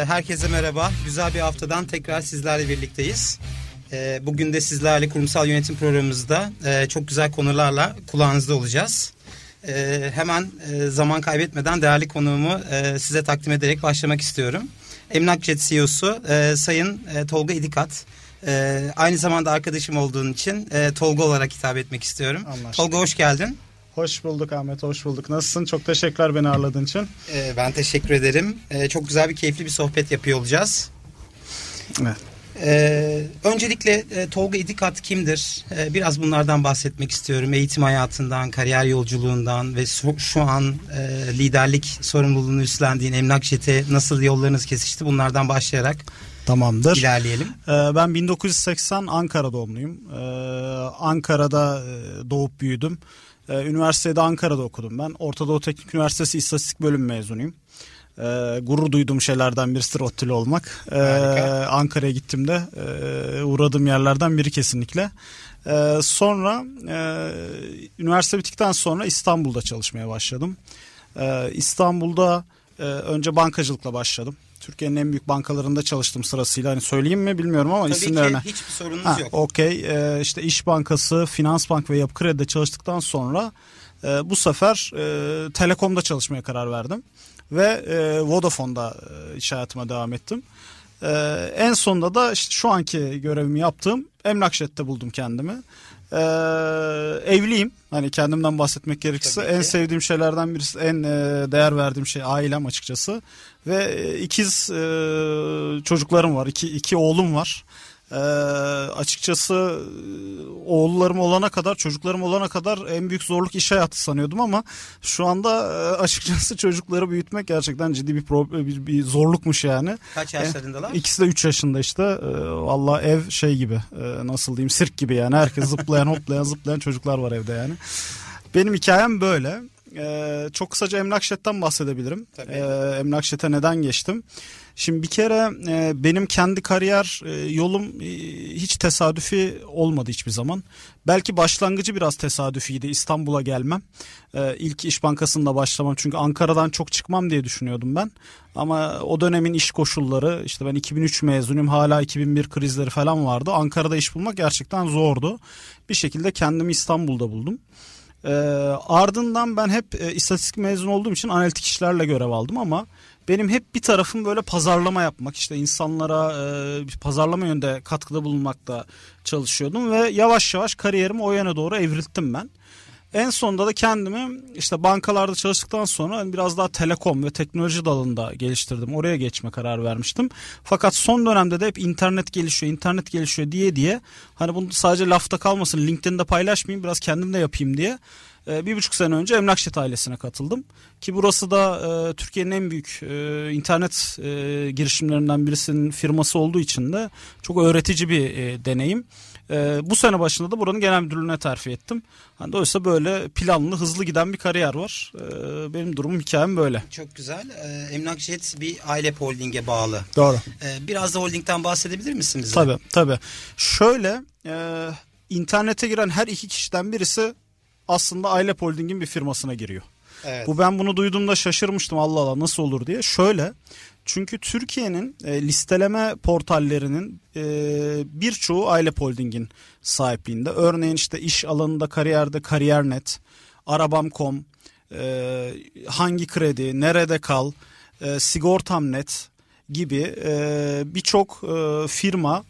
Herkese merhaba. Güzel bir haftadan tekrar sizlerle birlikteyiz. Bugün de sizlerle kurumsal yönetim programımızda çok güzel konularla kulağınızda olacağız. Hemen zaman kaybetmeden değerli konuğumu size takdim ederek başlamak istiyorum. Emlakjet CEO'su Sayın Tolga İdikat. Aynı zamanda arkadaşım olduğun için Tolga olarak hitap etmek istiyorum. Anlaştık. Tolga hoş geldin. Hoş bulduk Ahmet, hoş bulduk. Nasılsın? Çok teşekkürler beni ağırladığın için. Ben teşekkür ederim. Çok güzel bir, keyifli bir sohbet yapıyor olacağız. Evet. Öncelikle Tolga İdikat kimdir? Biraz bunlardan bahsetmek istiyorum. Eğitim hayatından, kariyer yolculuğundan ve şu an liderlik sorumluluğunu üstlendiğin Emlakjet'e nasıl yollarınız kesişti? Bunlardan başlayarak tamamdır. İlerleyelim. Ben 1980 Ankara doğumluyum. Ankara'da doğup büyüdüm. Üniversitede Ankara'da okudum ben. Orta Doğu Teknik Üniversitesi İstatistik Bölümü mezunuyum. Gurur duyduğum şeylerden birisi ODTÜ'lü olmak. Ankara'ya gittiğimde uğradığım yerlerden biri kesinlikle. Sonra üniversite bittikten sonra İstanbul'da çalışmaya başladım. İstanbul'da önce bankacılıkla başladım. Türkiye'nin en büyük bankalarında çalıştım sırasıyla. Hani söyleyeyim mi bilmiyorum ama tabii isimlerine. Tabii ki hiçbir sorunuz yok. Okey. İşte İş Bankası, Finansbank ve Yapı Kredi'de çalıştıktan sonra bu sefer Telekom'da çalışmaya karar verdim. Ve Vodafone'da iş hayatıma devam ettim. En sonunda da işte şu anki görevimi yaptığım Emlakjet'te buldum kendimi. Evliyim. Hani kendimden bahsetmek gerekirse en sevdiğim şeylerden birisi, en değer verdiğim şey ailem açıkçası. Ve ikiz çocuklarım var. İki oğlum var. Açıkçası oğullarım olana kadar, çocuklarım olana kadar en büyük zorluk iş hayatı sanıyordum ama şu anda açıkçası çocukları büyütmek gerçekten ciddi bir zorlukmuş yani. Kaç yaşlarındalar? İkisi de 3 yaşında işte. Vallahi ev şey gibi, nasıl diyeyim, sirk gibi yani. Herkes zıplayan hoplayan zıplayan çocuklar var evde yani. Benim hikayem böyle. Çok kısaca Emlakjet'ten bahsedebilirim. Emlakjet'e neden geçtim? Şimdi bir kere benim kendi kariyer yolum hiç tesadüfi olmadı hiçbir zaman. Belki başlangıcı biraz tesadüfiydi, İstanbul'a gelmem. İlk İş Bankası'nda başlamam, çünkü Ankara'dan çok çıkmam diye düşünüyordum ben. Ama o dönemin iş koşulları, işte ben 2003 mezunuyum, hala 2001 krizleri falan vardı. Ankara'da iş bulmak gerçekten zordu. Bir şekilde kendimi İstanbul'da buldum. Ardından ben hep istatistik mezunu olduğum için analitik işlerle görev aldım ama benim hep bir tarafım böyle pazarlama yapmak, işte insanlara pazarlama yönde katkıda bulunmakta çalışıyordum ve yavaş yavaş kariyerimi o yöne doğru evrilttim ben. En sonunda da kendimi işte bankalarda çalıştıktan sonra biraz daha telekom ve teknoloji dalında geliştirdim. Oraya geçme kararı vermiştim. Fakat son dönemde de hep internet gelişiyor diye hani bunu sadece lafta kalmasın, LinkedIn'de paylaşmayayım, biraz kendim de yapayım diye 1,5 sene önce Emlakjet ailesine katıldım. Ki burası da Türkiye'nin en büyük internet girişimlerinden birisinin firması olduğu için de çok öğretici bir deneyim. Bu sene başında da buranın genel müdürlüğüne terfi ettim. Hani dolayısıyla böyle planlı, hızlı giden bir kariyer var. Benim durumum, hikayem böyle. Çok güzel. Emlakjet bir aile holdinge bağlı. Doğru. Biraz da holdingden bahsedebilir misin bize? Tabii. Şöyle, internete giren her iki kişiden birisi aslında aile holdingin bir firmasına giriyor. Evet. Ben bunu duyduğumda şaşırmıştım, Allah Allah nasıl olur diye. Şöyle, çünkü Türkiye'nin listeleme portallerinin birçoğu aile holdingin sahipliğinde. Örneğin işte iş alanında, kariyerde Kariyer.net, Arabam.com, Hangi Kredi, Nerede Kal, Sigortam.net gibi birçok firma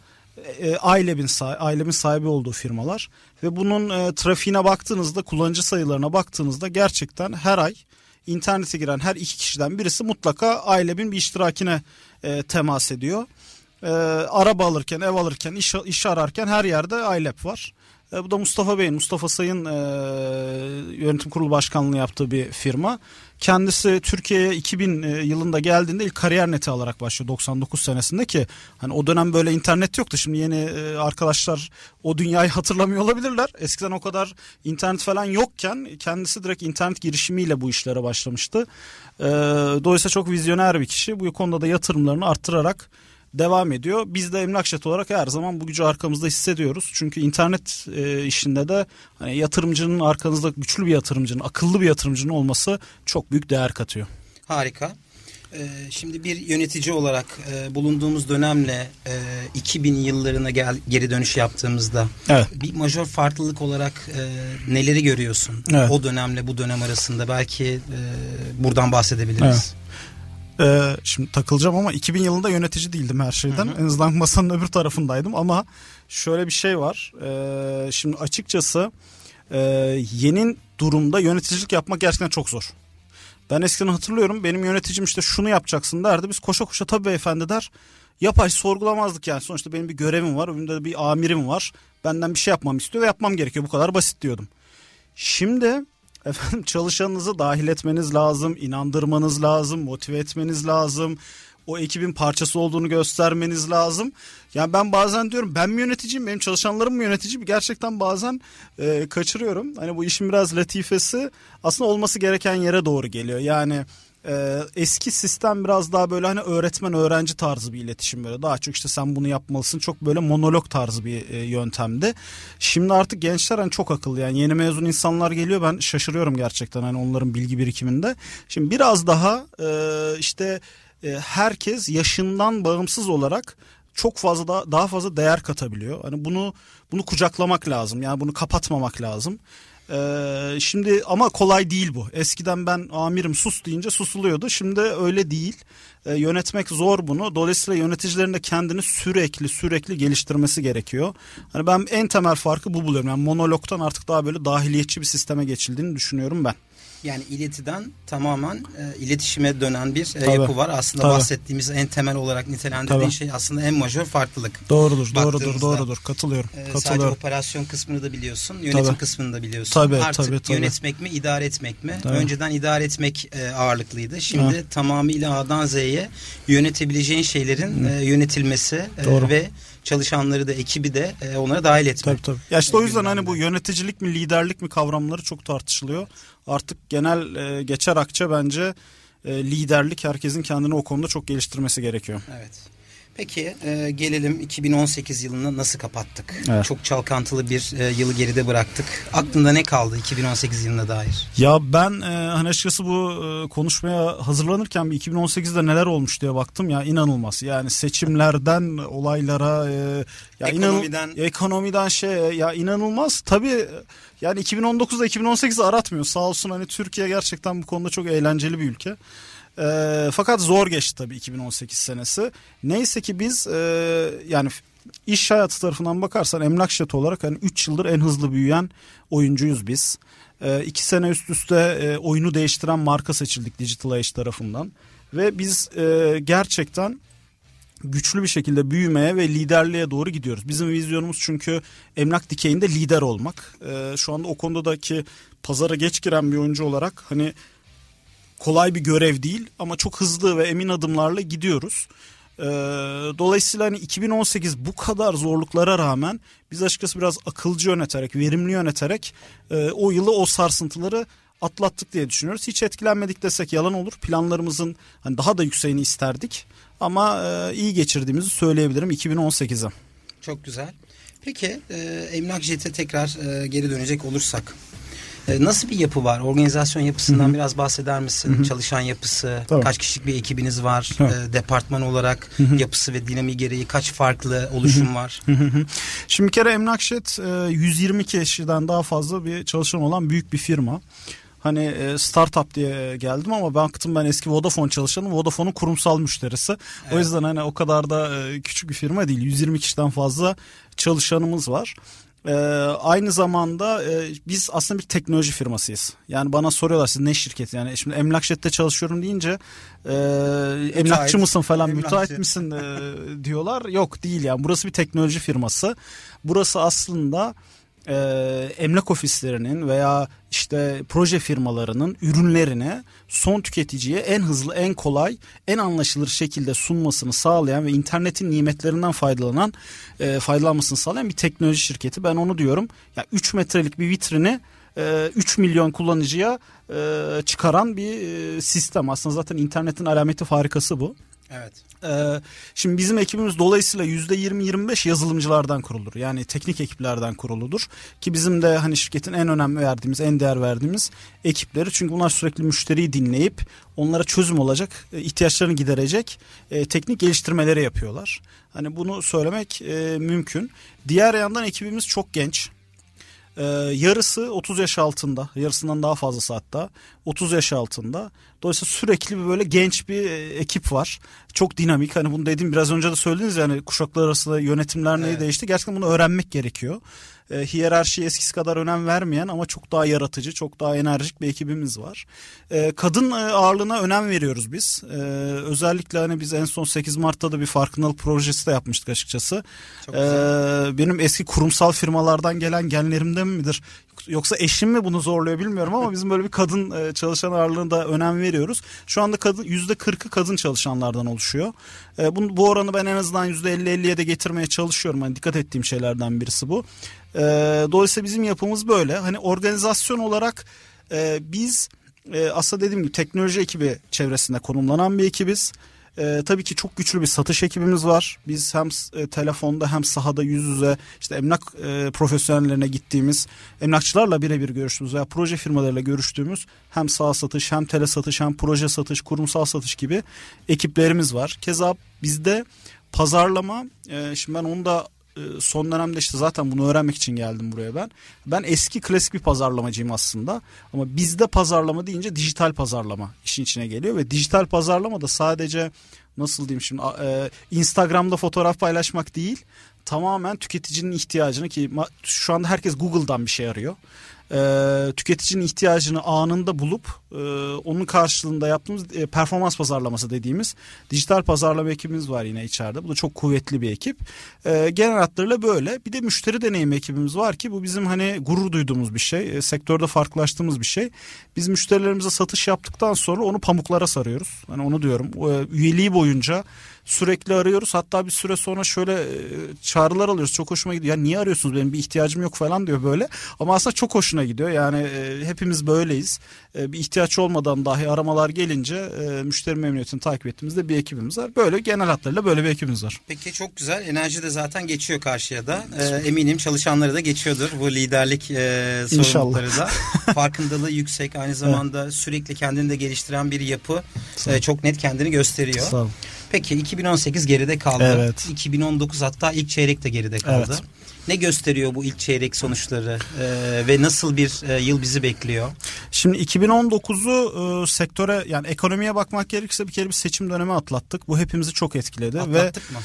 ailemin sahibi olduğu firmalar ve bunun trafiğine baktığınızda, kullanıcı sayılarına baktığınızda gerçekten her ay internete giren her iki kişiden birisi mutlaka ailemin bir iştirakine temas ediyor. Araba alırken, ev alırken, iş ararken her yerde ailep var. Bu da Mustafa Say'ın yönetim kurulu başkanlığı yaptığı bir firma. Kendisi Türkiye'ye 2000 yılında geldiğinde ilk Kariyer.net'i alarak başlıyor 99 senesinde, ki hani o dönem böyle internet yoktu. Şimdi yeni arkadaşlar o dünyayı hatırlamıyor olabilirler. Eskiden o kadar internet falan yokken kendisi direkt internet girişimiyle bu işlere başlamıştı. Dolayısıyla çok vizyoner bir kişi. Bu konuda da yatırımlarını arttırarak devam ediyor. Biz de Emlakjet olarak her zaman bu gücü arkamızda hissediyoruz. Çünkü internet işinde de hani yatırımcının, arkanızda güçlü bir yatırımcının, akıllı bir yatırımcının olması çok büyük değer katıyor. Harika. Şimdi bir yönetici olarak bulunduğumuz dönemle 2000 yıllarına geri dönüş yaptığımızda bir majör farklılık olarak neleri görüyorsun? Evet. O dönemle bu dönem arasında belki buradan bahsedebiliriz. Evet. Şimdi takılacağım ama 2000 yılında yönetici değildim her şeyden. En azından masanın öbür tarafındaydım ama şöyle bir şey var. Şimdi açıkçası yeni durumda yöneticilik yapmak gerçekten çok zor. Ben eskiden hatırlıyorum, benim yöneticim işte şunu yapacaksın derdi. Biz koşa koşa tabii beyefendi der. Yapay sorgulamazdık yani. Sonuçta benim bir görevim var. Önümde de bir amirim var. Benden bir şey yapmam istiyor ve yapmam gerekiyor. Bu kadar basit diyordum. Şimdi efendim çalışanınızı dahil etmeniz lazım. İnandırmanız lazım. Motive etmeniz lazım. O ekibin parçası olduğunu göstermeniz lazım. Yani ben bazen diyorum, ben mi yöneticiyim, benim çalışanlarım mı yönetici? Gerçekten bazen kaçırıyorum. Hani bu işin biraz latifesi aslında olması gereken yere doğru geliyor. Yani eski sistem biraz daha böyle hani öğretmen öğrenci tarzı bir iletişim, böyle daha çok işte sen bunu yapmalısın, çok böyle monolog tarzı bir yöntemdi. Şimdi artık gençler hani çok akıllı, yani yeni mezun insanlar geliyor, ben şaşırıyorum gerçekten hani onların bilgi birikiminde. Şimdi biraz daha işte herkes yaşından bağımsız olarak çok fazla daha fazla değer katabiliyor. Hani bunu kucaklamak lazım. Yani bunu kapatmamak lazım. Şimdi ama kolay değil bu. Eskiden ben amirim sus deyince susuluyordu. Şimdi öyle değil. Yönetmek zor bunu. Dolayısıyla yöneticilerin de kendini sürekli geliştirmesi gerekiyor. Hani ben en temel farkı bu buluyorum. Yani monologtan artık daha böyle dahiliyetçi bir sisteme geçildiğini düşünüyorum ben. Yani iletiden tamamen iletişime dönen bir yapı var. Aslında bahsettiğimiz en temel olarak nitelendirdiğin şey aslında en majör farklılık. Doğrudur. Katılıyorum. Sadece operasyon kısmını da biliyorsun, yönetim kısmını da biliyorsun. Artık yönetmek mi, idare etmek mi? Önceden idare etmek ağırlıklıydı. Şimdi tamamıyla A'dan Z'ye yönetebileceğin şeylerin yönetilmesi ve çalışanları da, ekibi de onlara dahil etmek. Tabii. Ya işte o yüzden hani bu yöneticilik mi, liderlik mi kavramları çok tartışılıyor. Artık genel geçer akça bence liderlik, herkesin kendini o konuda çok geliştirmesi gerekiyor. Evet. Peki gelelim 2018 yılını nasıl kapattık? Evet. Çok çalkantılı bir yılı geride bıraktık. Aklında ne kaldı 2018 yılına dair? Ya ben hani açıkçası bu konuşmaya hazırlanırken bir 2018'de neler olmuş diye baktım ya, inanılmaz. Yani seçimlerden olaylara ekonomiden ya inanılmaz. Tabii yani 2019'da 2018'i aratmıyor. Sağ olsun hani Türkiye gerçekten bu konuda çok eğlenceli bir ülke. Fakat zor geçti tabii 2018 senesi. Neyse ki biz yani iş hayatı tarafından bakarsan Emlakjet olarak hani 3 yıldır en hızlı büyüyen oyuncuyuz biz. 2 sene üst üste oyunu değiştiren marka seçildik Digital Age tarafından. Ve biz gerçekten güçlü bir şekilde büyümeye ve liderliğe doğru gidiyoruz. Bizim vizyonumuz çünkü emlak dikeyinde lider olmak. Şu anda o konudaki pazara geç giren bir oyuncu olarak hani kolay bir görev değil ama çok hızlı ve emin adımlarla gidiyoruz. Dolayısıyla hani 2018 bu kadar zorluklara rağmen biz açıkçası biraz akılcı yöneterek, verimli yöneterek o yılı, o sarsıntıları atlattık diye düşünüyoruz. Hiç etkilenmedik desek yalan olur. Planlarımızın hani daha da yükseğini isterdik ama iyi geçirdiğimizi söyleyebilirim 2018'e. Çok güzel. Peki Emlakjet'e tekrar geri dönecek olursak, nasıl bir yapı var? Organizasyon yapısından biraz bahseder misin? Çalışan yapısı, kaç kişilik bir ekibiniz var? Departman olarak yapısı ve dinamiği gereği kaç farklı oluşum var? Şimdi bir kere Emlakjet 120 kişiden daha fazla bir çalışan olan büyük bir firma. Hani startup diye geldim ama baktım ben eski Vodafone çalışanım. Vodafone'un kurumsal müşterisi. Evet. O yüzden hani o kadar da küçük bir firma değil. 120 kişiden fazla çalışanımız var. Aynı zamanda biz aslında bir teknoloji firmasıyız. Yani bana soruyorlar siz ne şirketi? Yani şimdi Emlakjet'te çalışıyorum deyince emlakçı mısın falan, müteahhit misin diyorlar. Yok, değil yani. Burası bir teknoloji firması. Burası aslında emlak ofislerinin veya işte proje firmalarının ürünlerini son tüketiciye en hızlı, en kolay, en anlaşılır şekilde sunmasını sağlayan ve internetin nimetlerinden faydalanmasını sağlayan bir teknoloji şirketi. Ben onu diyorum. Ya 3 metrelik bir vitrini 3 milyon kullanıcıya çıkaran bir sistem. Aslında zaten internetin alameti farikası bu. Evet. Şimdi bizim ekibimiz dolayısıyla %20-25 yazılımcılardan kurulur. Yani teknik ekiplerden kuruludur. Ki bizim de hani şirketin en önem verdiğimiz, en değer verdiğimiz ekipleri. Çünkü bunlar sürekli müşteriyi dinleyip onlara çözüm olacak, ihtiyaçlarını giderecek teknik geliştirmeleri yapıyorlar. Hani bunu söylemek mümkün. Diğer yandan ekibimiz çok genç. Yarısı 30 yaş altında, yarısından daha fazlası hatta 30 yaş altında. Dolayısıyla sürekli bir böyle genç bir ekip var. Çok dinamik. Hani bunu dediğim biraz önce de söylediniz ya, hani kuşaklar arasında yönetimler neyi değişti. Gerçekten bunu öğrenmek gerekiyor. Hiyerarşiye eskisi kadar önem vermeyen ama çok daha yaratıcı, çok daha enerjik bir ekibimiz var. Kadın ağırlığına önem veriyoruz biz. Özellikle hani biz en son 8 Mart'ta da bir farkındalık projesi de yapmıştık açıkçası. Benim eski kurumsal firmalardan gelen genlerimden midir? Yoksa eşim mi bunu zorluyor bilmiyorum ama bizim böyle bir kadın çalışan ağırlığına da önem veriyoruz. Şu anda %40'ı kadın çalışanlardan oluşuyor. Bu oranı ben en azından %50-50'ye de getirmeye çalışıyorum. Hani dikkat ettiğim şeylerden birisi bu. Dolayısıyla bizim yapımız böyle. Hani organizasyon olarak biz aslında dediğim gibi teknoloji ekibi çevresinde konumlanan bir ekibiz. Tabii ki çok güçlü bir satış ekibimiz var. Biz hem telefonda hem sahada yüz yüze işte emlak profesyonellerine gittiğimiz, emlakçılarla birebir görüştüğümüz veya proje firmalarıyla görüştüğümüz hem saha satış hem tele satış hem proje satış, kurumsal satış gibi ekiplerimiz var. Keza bizde pazarlama, şimdi ben onu da son dönemde işte zaten bunu öğrenmek için geldim buraya ben. Ben eski klasik bir pazarlamacıyım aslında. Ama bizde pazarlama deyince dijital pazarlama işin içine geliyor. Ve dijital pazarlama da sadece nasıl diyeyim şimdi Instagram'da fotoğraf paylaşmak değil. Tamamen tüketicinin ihtiyacını, ki şu anda herkes Google'dan bir şey arıyor. Tüketicinin ihtiyacını anında bulup onun karşılığında yaptığımız performans pazarlaması dediğimiz dijital pazarlama ekibimiz var yine içeride. Bu da çok kuvvetli bir ekip. Genel hatlarıyla böyle. Bir de müşteri deneyimi ekibimiz var ki bu bizim hani gurur duyduğumuz bir şey. Sektörde farklılaştığımız bir şey. Biz müşterilerimize satış yaptıktan sonra onu pamuklara sarıyoruz. Hani onu diyorum. Üyeliği boyunca sürekli arıyoruz. Hatta bir süre sonra şöyle çağrılar alıyoruz. Çok hoşuma gidiyor. Ya niye arıyorsunuz? Benim bir ihtiyacım yok falan diyor böyle. Ama aslında çok hoşuna gidiyor. Yani hepimiz böyleyiz. Bir ihtiyaç olmadan dahi aramalar gelince müşteri memnuniyetini takip ettiğimizde bir ekibimiz var. Böyle genel hatlarıyla böyle bir ekibimiz var. Peki çok güzel. Enerji de zaten geçiyor karşıya da. Eminim çalışanları da geçiyordur bu liderlik sorumlulukları da. Farkındalığı yüksek. Aynı zamanda sürekli kendini de geliştiren bir yapı. Çok net kendini gösteriyor. Sağ olun. Peki 2018 geride kaldı. Evet. 2019 hatta ilk çeyrek de geride kaldı. Evet. Ne gösteriyor bu ilk çeyrek sonuçları ve nasıl bir yıl bizi bekliyor? Şimdi 2019'u sektöre, yani ekonomiye bakmak gerekirse bir kere bir seçim dönemi atlattık. Bu hepimizi çok etkiledi. Atlattık mı?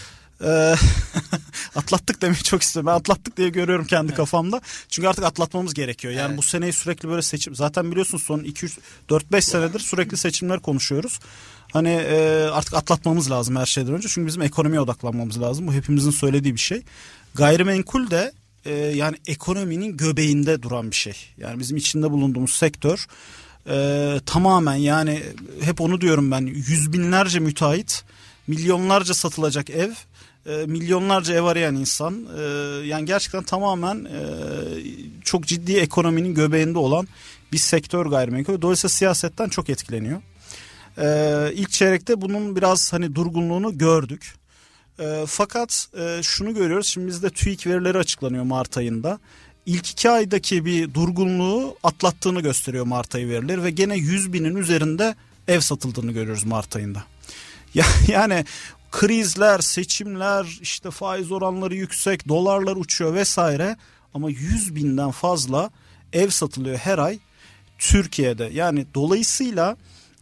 Atlattık demeyi çok istiyorum. Ben atlattık diye görüyorum kendi kafamda. Çünkü artık atlatmamız gerekiyor. Yani bu seneyi sürekli böyle seçim. Zaten biliyorsunuz son 2-3-4-5 senedir sürekli seçimler konuşuyoruz. Hani artık atlatmamız lazım her şeyden önce. Çünkü bizim ekonomiye odaklanmamız lazım. Bu hepimizin söylediği bir şey. Gayrimenkul de yani ekonominin göbeğinde duran bir şey. Yani bizim içinde bulunduğumuz sektör tamamen, yani hep onu diyorum ben, yüz binlerce müteahhit, milyonlarca satılacak ev, milyonlarca ev arayan insan, yani gerçekten tamamen çok ciddi ekonominin göbeğinde olan bir sektör gayrimenkul. Dolayısıyla siyasetten çok etkileniyor. İlk çeyrekte bunun biraz hani durgunluğunu gördük. Fakat şunu görüyoruz. Şimdi bizde TÜİK verileri açıklanıyor Mart ayında. İlk 2 aydaki bir durgunluğu atlattığını gösteriyor Mart ayı verileri ve gene 100 binin üzerinde ev satıldığını görüyoruz Mart ayında. Yani krizler, seçimler, işte faiz oranları yüksek, dolarlar uçuyor vesaire, ama 100 binden fazla ev satılıyor her ay Türkiye'de. Yani dolayısıyla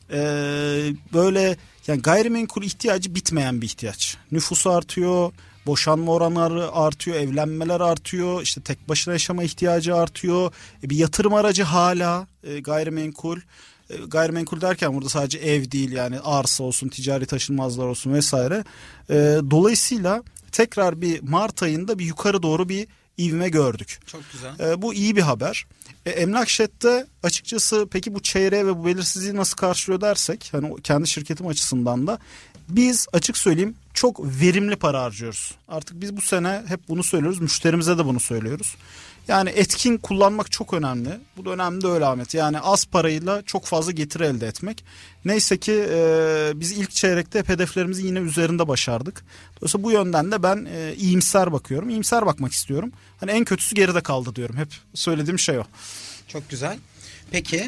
böyle, yani gayrimenkul ihtiyacı bitmeyen bir ihtiyaç. Nüfus artıyor, boşanma oranları artıyor, evlenmeler artıyor, işte tek başına yaşama ihtiyacı artıyor. Bir yatırım aracı hala gayrimenkul. Gayrimenkul derken burada sadece ev değil, yani arsa olsun, ticari taşınmazlar olsun vesaire. Dolayısıyla tekrar bir Mart ayında bir yukarı doğru bir ivme gördük. Çok güzel. Bu iyi bir haber. Emlakşet'te açıkçası peki bu çeyreği ve bu belirsizliği nasıl karşılıyor dersek, hani kendi şirketim açısından da biz açık söyleyeyim çok verimli para harcıyoruz. Artık biz bu sene hep bunu söylüyoruz. Müşterimize de bunu söylüyoruz. Yani etkin kullanmak çok önemli. Bu dönemde öyle Ahmet. Yani az parayla çok fazla getiri elde etmek. Neyse ki biz ilk çeyrekte hep hedeflerimizin yine üzerinde başardık. Dolayısıyla bu yönden de ben iyimser bakıyorum. İyimser bakmak istiyorum. Hani en kötüsü geride kaldı diyorum. Hep söylediğim şey o. Çok güzel. Peki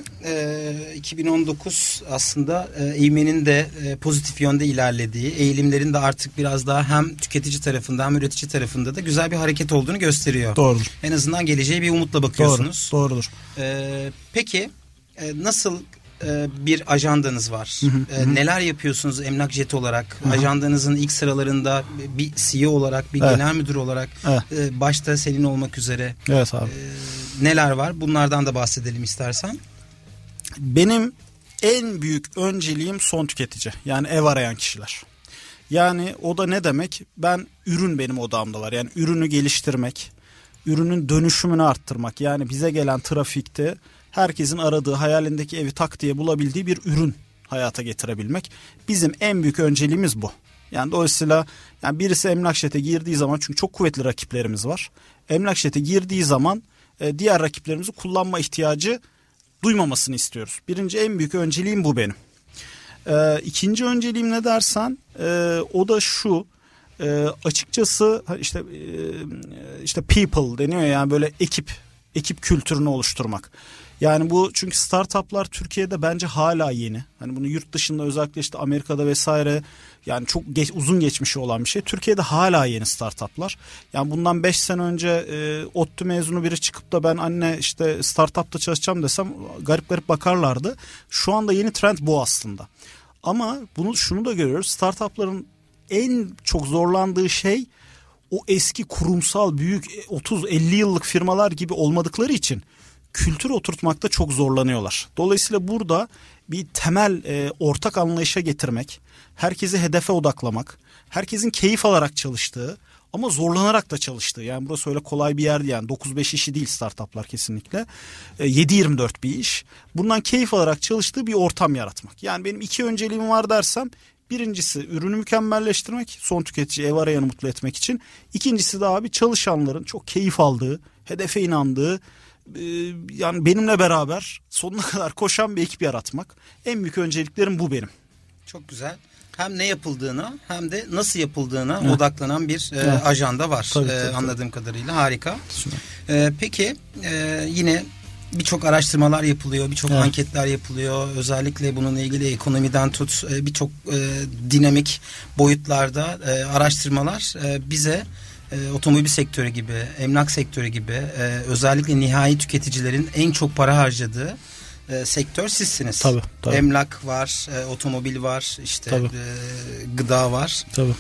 2019 aslında eğimenin de pozitif yönde ilerlediği, eğilimlerin de artık biraz daha hem tüketici tarafında hem üretici tarafında da güzel bir hareket olduğunu gösteriyor. Doğrudur. En azından geleceğe bir umutla bakıyorsunuz. Doğrudur. Peki nasıl bir ajandanız var? Neler yapıyorsunuz Emlakjet olarak? Ajandanızın ilk sıralarında bir CEO olarak, bir genel müdür olarak başta senin olmak üzere evet abi. Neler var? Bunlardan da bahsedelim istersen. Benim en büyük önceliğim son tüketici. Yani ev arayan kişiler. Yani o da ne demek? Ürün benim odağımda var. Yani ürünü geliştirmek, ürünün dönüşümünü arttırmak. Yani bize gelen trafikte herkesin aradığı, hayalindeki evi tak diye bulabildiği bir ürün hayata getirebilmek. Bizim en büyük önceliğimiz bu. Yani dolayısıyla yani birisi Emlakjet'e girdiği zaman, çünkü çok kuvvetli rakiplerimiz var. Emlakjet'e girdiği zaman diğer rakiplerimizi kullanma ihtiyacı duymamasını istiyoruz. Birinci en büyük önceliğim bu benim. İkinci önceliğim ne dersen o da şu. Açıkçası işte people deniyor ya, yani böyle ekip kültürünü oluşturmak. Yani bu, çünkü startuplar Türkiye'de bence hala yeni. Hani bunu yurt dışında, özellikle işte Amerika'da vesaire, yani çok uzun geçmişi olan bir şey. Türkiye'de hala yeni startuplar. Yani bundan 5 sene önce ODTÜ mezunu biri çıkıp da ben anne işte startupta çalışacağım desem garip garip bakarlardı. Şu anda yeni trend bu aslında. Ama şunu da görüyoruz. Startupların en çok zorlandığı şey o eski kurumsal büyük 30-50 yıllık firmalar gibi olmadıkları için kültür oturtmakta çok zorlanıyorlar. Dolayısıyla burada bir temel ortak anlayışa getirmek, herkesi hedefe odaklamak, herkesin keyif alarak çalıştığı ama zorlanarak da çalıştığı. Yani burası öyle kolay bir yer değil, yani 9-5 işi değil startuplar kesinlikle. 7-24 bir iş. Bundan keyif alarak çalıştığı bir ortam yaratmak. Yani benim 2 önceliğim var dersem, birincisi ürünü mükemmelleştirmek, son tüketici, ev arayanı mutlu etmek için. İkincisi de abi çalışanların çok keyif aldığı, hedefe inandığı, yani benimle beraber sonuna kadar koşan bir ekip yaratmak. En büyük önceliklerim bu benim. Çok güzel. Hem ne yapıldığına hem de nasıl yapıldığına odaklanan bir ajanda var. Tabii. Anladığım kadarıyla harika. Peki yine birçok araştırmalar yapılıyor, birçok anketler yapılıyor. Özellikle bununla ilgili ekonomiden tut birçok dinamik boyutlarda araştırmalar bize otomobil sektörü gibi, emlak sektörü gibi özellikle nihai tüketicilerin en çok para harcadığı sektör sizsiniz. Tabii. Emlak var, otomobil var, işte gıda var. Tabii.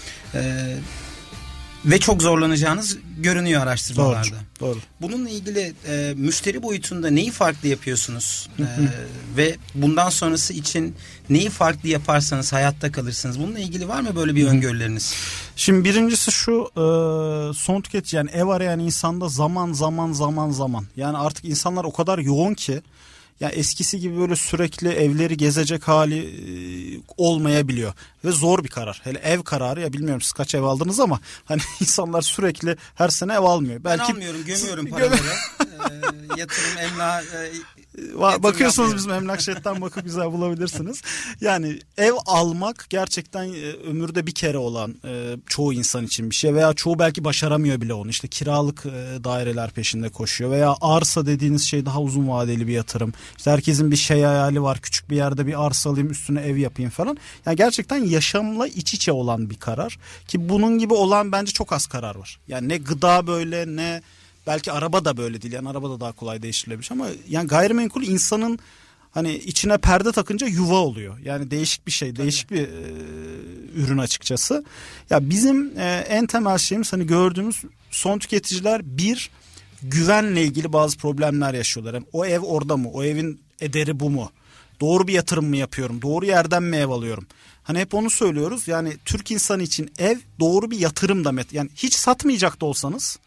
Ve çok zorlanacağınız görünüyor araştırmalarda. Doğru. Bununla ilgili müşteri boyutunda neyi farklı yapıyorsunuz? Ve bundan sonrası için neyi farklı yaparsanız hayatta kalırsınız? Bununla ilgili var mı böyle bir öngörüleriniz? Şimdi birincisi şu, son tüketici, yani ev arayan insanda zaman. Yani artık insanlar o kadar yoğun ki, yani eskisi gibi böyle sürekli evleri gezecek hali olmayabiliyor. Ve zor bir karar. Hele ev kararı, ya bilmiyorum siz kaç ev aldınız ama hani insanlar sürekli her sene ev almıyor. Ben almıyorum, gömüyorum paraları. Yatırım, emlak... Bakıyorsunuz bizim Emlakjet'ten bakıp güzel bulabilirsiniz. Yani ev almak gerçekten ömürde bir kere olan çoğu insan için bir şey, veya çoğu belki başaramıyor bile onu. İşte kiralık daireler peşinde koşuyor, veya arsa dediğiniz şey daha uzun vadeli bir yatırım. İşte herkesin bir şey hayali var, küçük bir yerde bir arsa alayım, üstüne ev yapayım falan. Yani gerçekten yaşamla iç içe olan bir karar, ki bunun gibi olan bence çok az karar var. Yani ne gıda böyle, ne belki araba da böyle değil. Yani araba da daha kolay değiştirilebilir ama yani gayrimenkul insanın hani içine perde takınca yuva oluyor. Yani değişik bir şey, tabii, değişik bir ürün açıkçası. Ya bizim en temel şeyimiz, hani gördüğümüz son tüketiciler güvenle ilgili bazı problemler yaşıyorlar. Yani o ev orada mı? O evin ederi bu mu? Doğru bir yatırım mı yapıyorum? Doğru yerden mi ev alıyorum? Hani hep onu söylüyoruz. Yani Türk insanı için ev doğru bir yatırım da. Yani hiç satmayacak da olsanız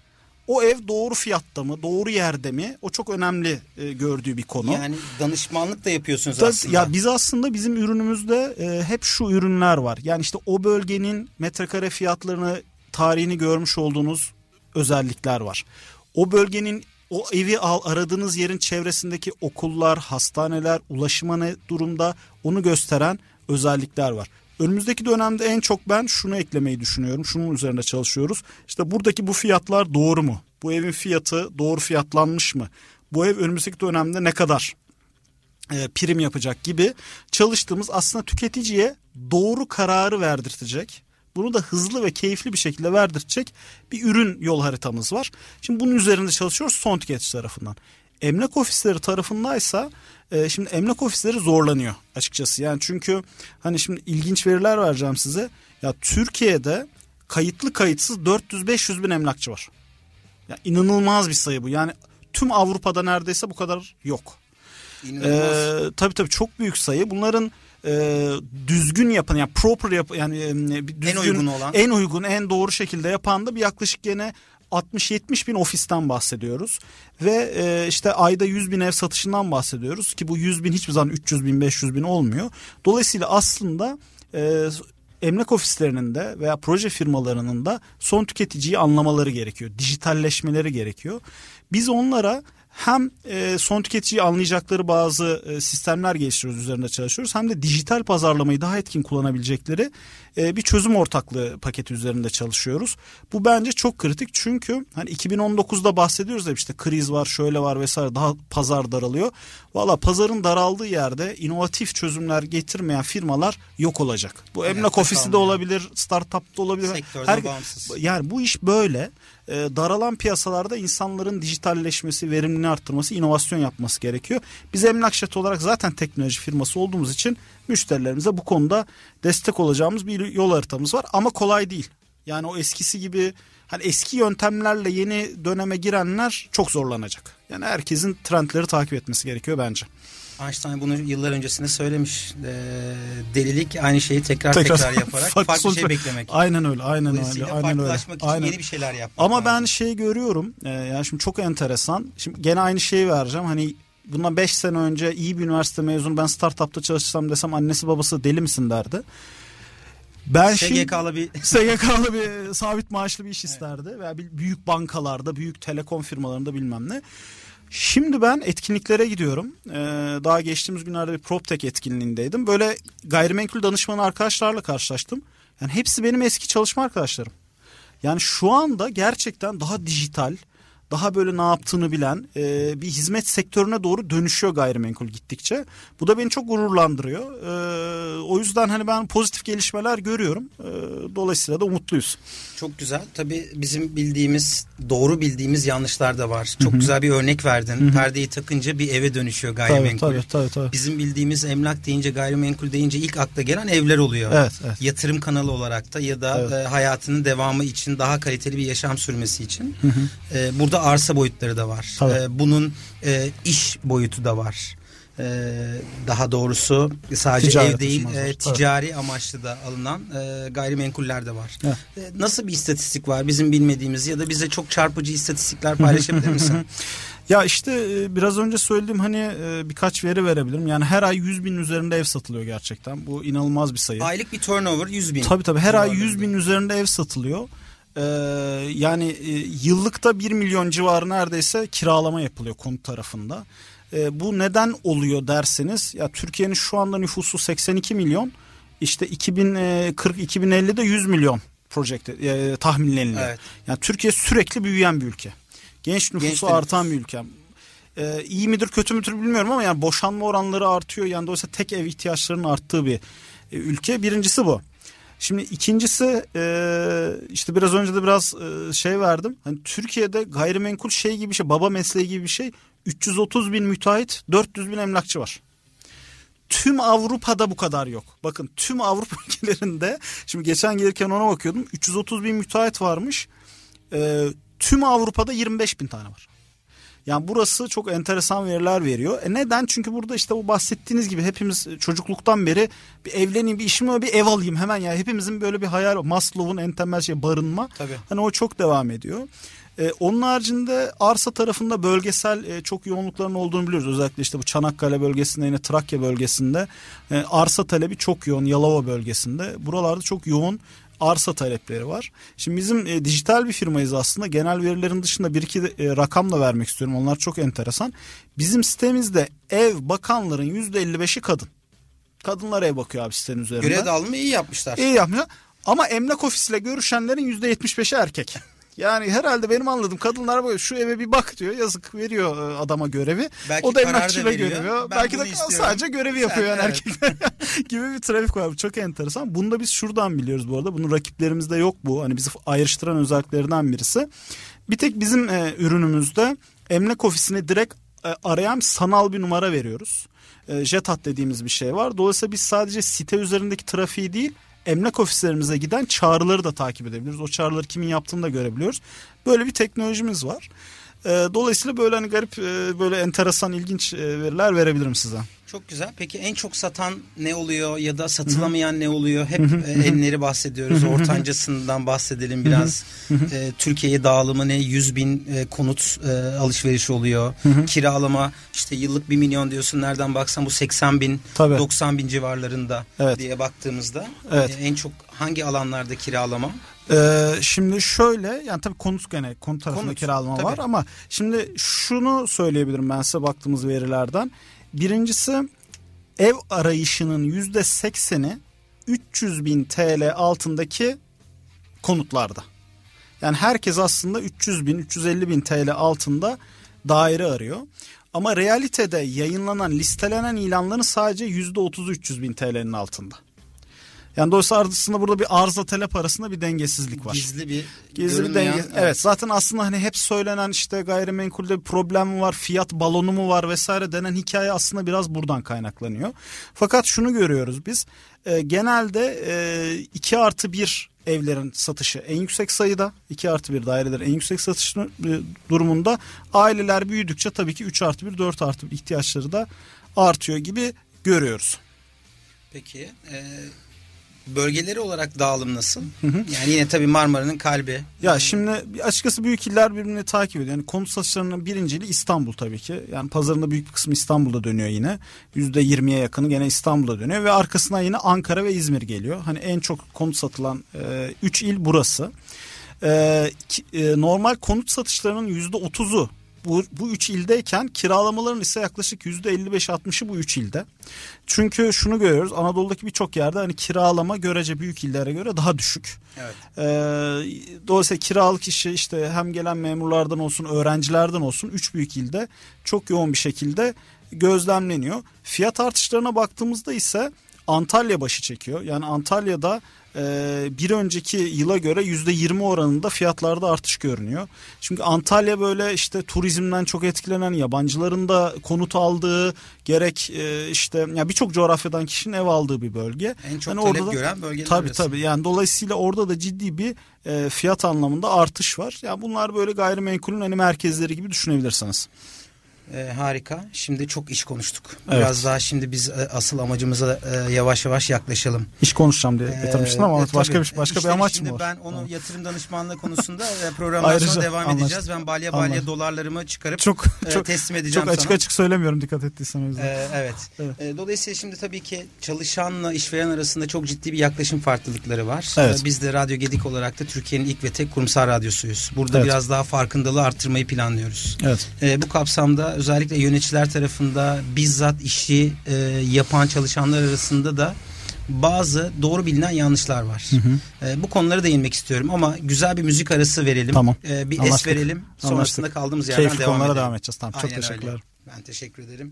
o ev doğru fiyatta mı, doğru yerde mi? O çok önemli gördüğü bir konu. Yani danışmanlık da yapıyorsunuz aslında. Ya biz aslında bizim ürünümüzde hep şu ürünler var. Yani işte o bölgenin metrekare fiyatlarını, tarihini görmüş olduğunuz özellikler var. O bölgenin, o evi aradığınız yerin çevresindeki okullar, hastaneler, ulaşıma ne durumda onu gösteren özellikler var. Önümüzdeki dönemde en çok ben şunu eklemeyi düşünüyorum. Şunun üzerinde çalışıyoruz. İşte buradaki bu fiyatlar doğru mu? Bu evin fiyatı doğru fiyatlanmış mı? Bu ev önümüzdeki dönemde ne kadar prim yapacak gibi çalıştığımız, aslında tüketiciye doğru kararı verdirtecek, bunu da hızlı ve keyifli bir şekilde verdirecek bir ürün yol haritamız var. Şimdi bunun üzerinde çalışıyoruz son tüketici tarafından. Emlak ofisleri tarafındaysa şimdi emlak ofisleri zorlanıyor açıkçası. Yani çünkü hani şimdi ilginç veriler vereceğim size. Ya Türkiye'de kayıtlı kayıtsız 400-500 bin emlakçı var. Ya inanılmaz bir sayı bu. Yani tüm Avrupa'da neredeyse bu kadar yok. Tabii çok büyük sayı. Bunların düzgün yapan, yani proper yani düzgün, en uygun olan, en uygun, en doğru şekilde yapan da bir yaklaşık gene 60-70 bin ofisten bahsediyoruz ve işte ayda 100 bin ev satışından bahsediyoruz ki bu 100 bin hiçbir zaman 300 bin 500 bin olmuyor. Dolayısıyla aslında emlak ofislerinin de veya proje firmalarının da son tüketiciyi anlamaları gerekiyor, dijitalleşmeleri gerekiyor. Biz onlara hem son tüketiciyi anlayacakları bazı sistemler geliştiriyoruz, üzerinde çalışıyoruz, hem de dijital pazarlamayı daha etkin kullanabilecekleri bir çözüm ortaklığı paketi üzerinde çalışıyoruz. Bu bence çok kritik, çünkü hani 2019'da bahsediyoruz ya, işte kriz var, şöyle var vesaire, daha pazar daralıyor. Valla pazarın daraldığı yerde inovatif çözümler getirmeyen firmalar yok olacak. Bu emlak ofisi de olabilir, startup da olabilir. Sektörden bağımsız. Yani bu iş böyle. Daralan piyasalarda insanların dijitalleşmesi, verimliliğini arttırması, inovasyon yapması gerekiyor. Biz Emlakşet olarak zaten teknoloji firması olduğumuz için müşterilerimize bu konuda destek olacağımız bir yol haritamız var. Ama kolay değil. Yani o eskisi gibi, hani eski yöntemlerle yeni döneme girenler çok zorlanacak. Yani herkesin trendleri takip etmesi gerekiyor bence. Einstein bunu yıllar öncesinde söylemiş. Delilik aynı şeyi tekrar yaparak farklı şey beklemek. Aynen öyle. Aynen farklılaşmak için yeni bir şeyler yapmak. Ama ben görüyorum. Yani şimdi çok enteresan. Şimdi gene aynı şeyi vereceğim. Hani bundan 5 sene önce iyi bir üniversite mezunu, ben startupta çalışsam desem annesi babası deli misin derdi. Ben SGK'lı bir sabit maaşlı bir iş isterdi. Veya büyük bankalarda, büyük telekom firmalarında bilmem ne. Şimdi ben etkinliklere gidiyorum. Daha geçtiğimiz günlerde bir PropTech etkinliğindeydim. Böyle gayrimenkul danışmanı arkadaşlarla karşılaştım. Yani hepsi benim eski çalışma arkadaşlarım. Yani şu anda gerçekten daha dijital, daha böyle ne yaptığını bilen bir hizmet sektörüne doğru dönüşüyor gayrimenkul gittikçe. Bu da beni çok gururlandırıyor. O yüzden hani ben pozitif gelişmeler görüyorum. Dolayısıyla da umutluyuz. Çok güzel. Tabii bizim doğru bildiğimiz yanlışlar da var. Çok güzel bir örnek verdin. Hı-hı. Perdeyi takınca bir eve dönüşüyor gayrimenkul. Tabii. Bizim bildiğimiz emlak deyince, gayrimenkul deyince ilk akla gelen evler oluyor. Evet. Yatırım kanalı olarak da ya da hayatının devamı için, daha kaliteli bir yaşam sürmesi için. Burada arsa boyutları da var. Bunun iş boyutu da var. Daha doğrusu sadece Ticaret ev değil, ticari amaçlı da alınan gayrimenkuller de var. Nasıl bir istatistik var bizim bilmediğimiz ya da bize çok çarpıcı istatistikler paylaşabilir misin? Ya işte biraz önce söylediğim hani birkaç veri verebilirim. Yani her ay 100 bin üzerinde ev satılıyor gerçekten. Bu inanılmaz bir sayı. Aylık bir turnover 100 bin. Tabii her ay 100 bin üzerinde ev satılıyor. Yani yıllıkta 1 milyon civarı neredeyse kiralama yapılıyor konut tarafında. Bu neden oluyor derseniz, ya Türkiye'nin şu anda nüfusu 82 milyon, işte 2040-2050'de 100 milyon tahminleniliyor. Evet. Yani Türkiye sürekli büyüyen bir ülke. Genç nüfusu artan bir ülke. İyi midir kötü müdür bilmiyorum ama yani boşanma oranları artıyor. Yani dolayısıyla tek ev ihtiyaçlarının arttığı bir ülke. Birincisi bu. Şimdi ikincisi işte biraz önce de biraz verdim. Hani Türkiye'de gayrimenkul gibi bir şey, baba mesleği gibi bir şey. 330 bin müteahhit, 400 bin emlakçı var. Tüm Avrupa'da bu kadar yok. Bakın tüm Avrupa ülkelerinde, şimdi geçen gelirken ona bakıyordum, 330 bin müteahhit varmış. Tüm Avrupa'da 25 bin tane var. Yani burası çok enteresan veriler veriyor. Neden? Çünkü burada işte bu bahsettiğiniz gibi hepimiz çocukluktan beri bir evleneyim, bir işim var, bir ev alayım hemen. Yani hepimizin böyle bir hayal, Maslow'un en temel barınma. Tabii. Hani o çok devam ediyor. Onun haricinde arsa tarafında bölgesel çok yoğunlukların olduğunu biliyoruz. Özellikle işte bu Çanakkale bölgesinde, yine Trakya bölgesinde arsa talebi çok yoğun. Yalova bölgesinde. Buralarda çok yoğun arsa talepleri var. Şimdi bizim dijital bir firmayız aslında. Genel verilerin dışında bir iki rakam da vermek istiyorum. Onlar çok enteresan. Bizim sitemizde ev bakanların %55'i kadın. Kadınlar ev bakıyor abi sitenin üzerinde. Görev dağılımı iyi yapmışlar. İyi yapmışlar. Ama emlak ofisiyle görüşenlerin %75'i erkek. Yani herhalde benim anladığım kadınlar böyle şu eve bir bak diyor, yazık, veriyor adama görevi. Belki o da emlakçıyla görüyor. Belki de istiyorum. Sadece görevi yapıyor yani erkekler gibi bir trafik var. Çok enteresan. Bunu da biz şuradan biliyoruz bu arada. Bunun rakiplerimizde yok bu. Hani bizi ayrıştıran özelliklerinden birisi. Bir tek bizim ürünümüzde emlak ofisini direkt arayan sanal bir numara veriyoruz. JETAT dediğimiz bir şey var. Dolayısıyla biz sadece site üzerindeki trafiği değil, emlak ofislerimize giden çağrıları da takip edebiliyoruz. O çağrıları kimin yaptığını da görebiliyoruz. Böyle bir teknolojimiz var. Dolayısıyla böyle hani garip, böyle enteresan, ilginç veriler verebilirim size. Çok güzel. Peki en çok satan ne oluyor ya da satılamayan ne oluyor? Hep enleri bahsediyoruz. Ortancasından bahsedelim biraz. Türkiye'ye dağılımı ne? 100.000 konut alışverişi oluyor. Kiralama işte yıllık 1 milyon diyorsun. Nereden baksan bu 80.000, 90.000 civarlarında diye baktığımızda. En çok hangi alanlarda kiralama? Şimdi şöyle, yani tabii konut tarafında kiralama var ama şimdi şunu söyleyebilirim ben size baktığımız verilerden. Birincisi, ev arayışının %80'i 300.000 TL altındaki konutlarda. Yani herkes aslında 300.000, 350.000 TL altında daire arıyor. Ama realitede yayınlanan, listelenen ilanların sadece %30'u 300.000 TL'nin altında. Yani dolayısıyla aslında burada bir arzla talep arasında bir dengesizlik var. Gizli bir denge. Evet, zaten aslında hani hep söylenen işte gayrimenkulde bir problem mi var, fiyat balonu mu var vesaire denen hikaye aslında biraz buradan kaynaklanıyor. Fakat şunu görüyoruz biz, genelde 2+1 evlerin satışı en yüksek sayıda, 2+1 dairelerin en yüksek satış durumunda, aileler büyüdükçe tabii ki 3+1, 4+1 ihtiyaçları da artıyor gibi görüyoruz. Peki bölgeleri olarak dağılım nasıl? Yani yine tabii Marmara'nın kalbi. Ya şimdi açıkçası büyük iller birbirini takip ediyor. Yani konut satışlarının birinciliği İstanbul tabii ki. Yani pazarında büyük bir kısmı İstanbul'da dönüyor yine. %20'ye yakını gene İstanbul'da dönüyor ve arkasından yine Ankara ve İzmir geliyor. Hani en çok konut satılan 3 il burası. Normal konut satışlarının %30'u bu 3 ildeyken kiralamaların ise yaklaşık %55-60'ı bu 3 ilde. Çünkü şunu görüyoruz, Anadolu'daki birçok yerde hani kiralama görece büyük illere göre daha düşük. Evet. Dolayısıyla kiralık işi işte hem gelen memurlardan olsun, öğrencilerden olsun 3 büyük ilde çok yoğun bir şekilde gözlemleniyor. Fiyat artışlarına baktığımızda ise Antalya başı çekiyor. Yani Antalya'da bir önceki yıla göre %20 oranında fiyatlarda artış görünüyor. Çünkü Antalya böyle işte turizmden çok etkilenen, yabancıların da konut aldığı, gerek işte ya birçok coğrafyadan kişinin ev aldığı bir bölge. En çok yani talep orada gören bölgeler. Tabii. Yani dolayısıyla orada da ciddi bir fiyat anlamında artış var. Yani bunlar böyle gayrimenkulün hani merkezleri gibi düşünebilirsiniz. Harika. Şimdi çok iş konuştuk. Biraz daha şimdi biz asıl amacımıza yavaş yavaş yaklaşalım. İş konuşacağım diye getirmiştin ama başka bir amaç mı var? Ben onu yatırım danışmanlığı konusunda programdan sonra devam edeceğiz. Ben balya dolarlarımı çıkarıp teslim edeceğim sana. Çok açık söylemiyorum, dikkat ettiysen o yüzden. Evet. Dolayısıyla şimdi tabii ki çalışanla işveren arasında çok ciddi bir yaklaşım farklılıkları var. Evet. Biz de Radyo Gedik olarak da Türkiye'nin ilk ve tek kurumsal radyosuyuz. Burada biraz daha farkındalığı arttırmayı planlıyoruz. Evet. Bu kapsamda özellikle yöneticiler tarafında bizzat işi yapan çalışanlar arasında da bazı doğru bilinen yanlışlar var. Bu konulara değinmek istiyorum ama güzel bir müzik arası verelim. Tamam. Bir es verelim. Sonrasında kaldığımız yerden keyifli devam edelim. devam edeceğiz. Tamam. Çok teşekkürler. Öyle. Ben teşekkür ederim.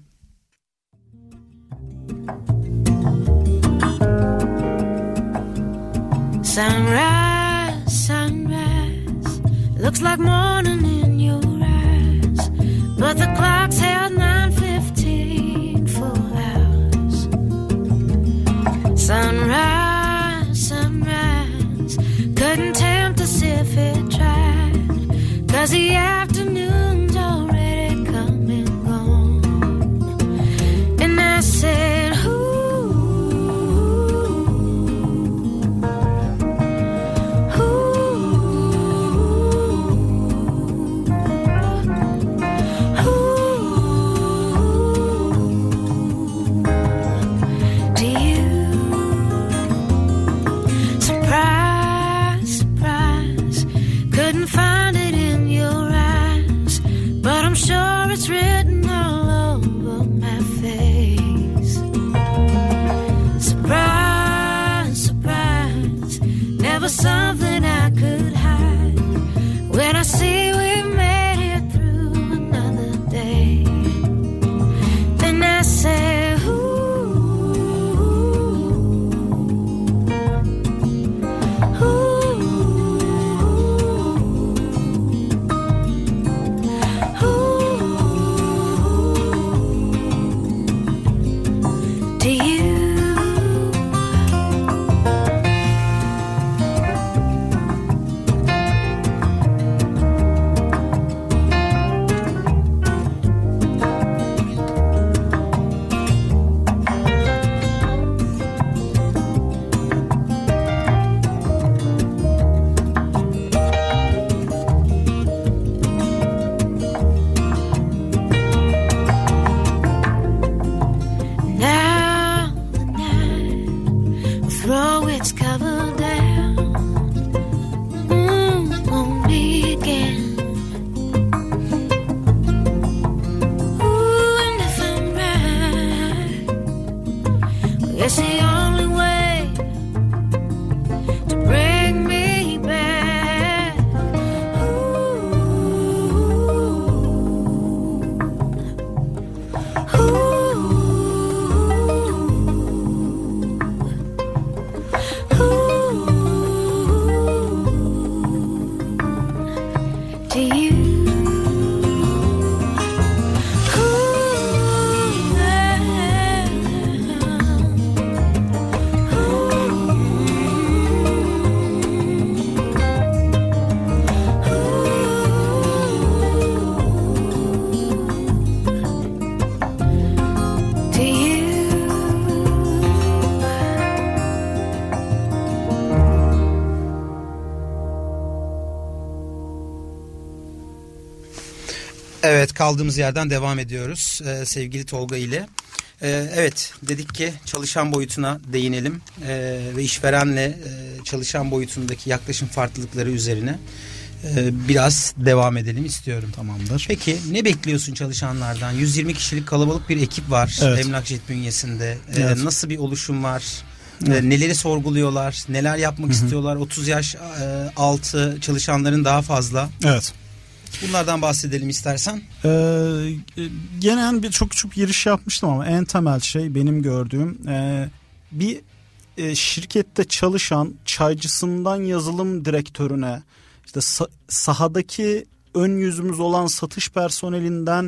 Sunrise, sunrise, looks like morning in your eyes, but the clock's held 9:15 for hours. Sunrise, sunrise, couldn't tempt us if it tried, 'cause the afternoon's already come and gone. And I said, It's the only way to bring me back. Ooh, ooh, ooh. To you. Evet, kaldığımız yerden devam ediyoruz sevgili Tolga ile. Evet, dedik ki çalışan boyutuna değinelim ve işverenle çalışan boyutundaki yaklaşım farklılıkları üzerine biraz devam edelim istiyorum. Tamamdır. Peki ne bekliyorsun çalışanlardan? 120 kişilik kalabalık bir ekip var, evet. Emlakjet bünyesinde. Evet. Nasıl bir oluşum var? Evet. Neleri sorguluyorlar? Neler yapmak istiyorlar? 30 yaş altı çalışanların daha fazla. Evet. Bunlardan bahsedelim istersen. Genel bir çok giriş yapmıştım ama en temel şey benim gördüğüm bir şirkette çalışan çaycısından yazılım direktörüne, işte sahadaki ön yüzümüz olan satış personelinden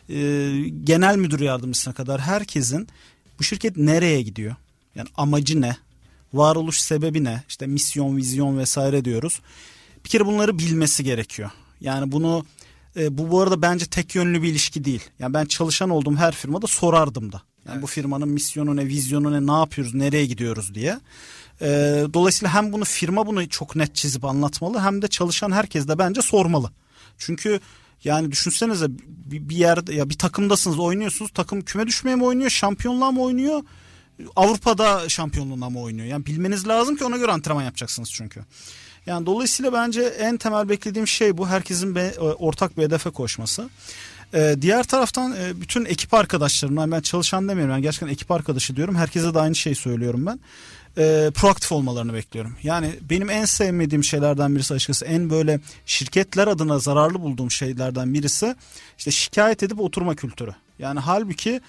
genel müdür yardımcısına kadar herkesin bu şirket nereye gidiyor? Yani amacı ne? Varoluş sebebi ne? İşte misyon, vizyon vesaire diyoruz. Bir kere bunları bilmesi gerekiyor. Yani bunu bu arada bence tek yönlü bir ilişki değil. Yani ben çalışan olduğum her firmada sorardım da. Yani evet. Bu firmanın misyonu ne, vizyonu ne yapıyoruz, nereye gidiyoruz diye. Dolayısıyla hem bunu firma bunu çok net çizip anlatmalı, hem de çalışan herkes de bence sormalı. Çünkü yani düşünsenize bir yerde ya bir takımdasınız, oynuyorsunuz. Takım küme düşmeye mi oynuyor, şampiyonluğa mı oynuyor? Avrupa'da şampiyonluğuna mı oynuyor? Yani bilmeniz lazım ki ona göre antrenman yapacaksınız çünkü. Yani dolayısıyla bence en temel beklediğim şey bu. Herkesin ortak bir hedefe koşması. Diğer taraftan bütün ekip arkadaşlarımdan, ben çalışan demiyorum, ben gerçekten ekip arkadaşı diyorum. Herkese de aynı şeyi söylüyorum ben. Proaktif olmalarını bekliyorum. Yani benim en sevmediğim şeylerden birisi, açıkçası en böyle şirketler adına zararlı bulduğum şeylerden birisi işte şikayet edip oturma kültürü. Yani halbuki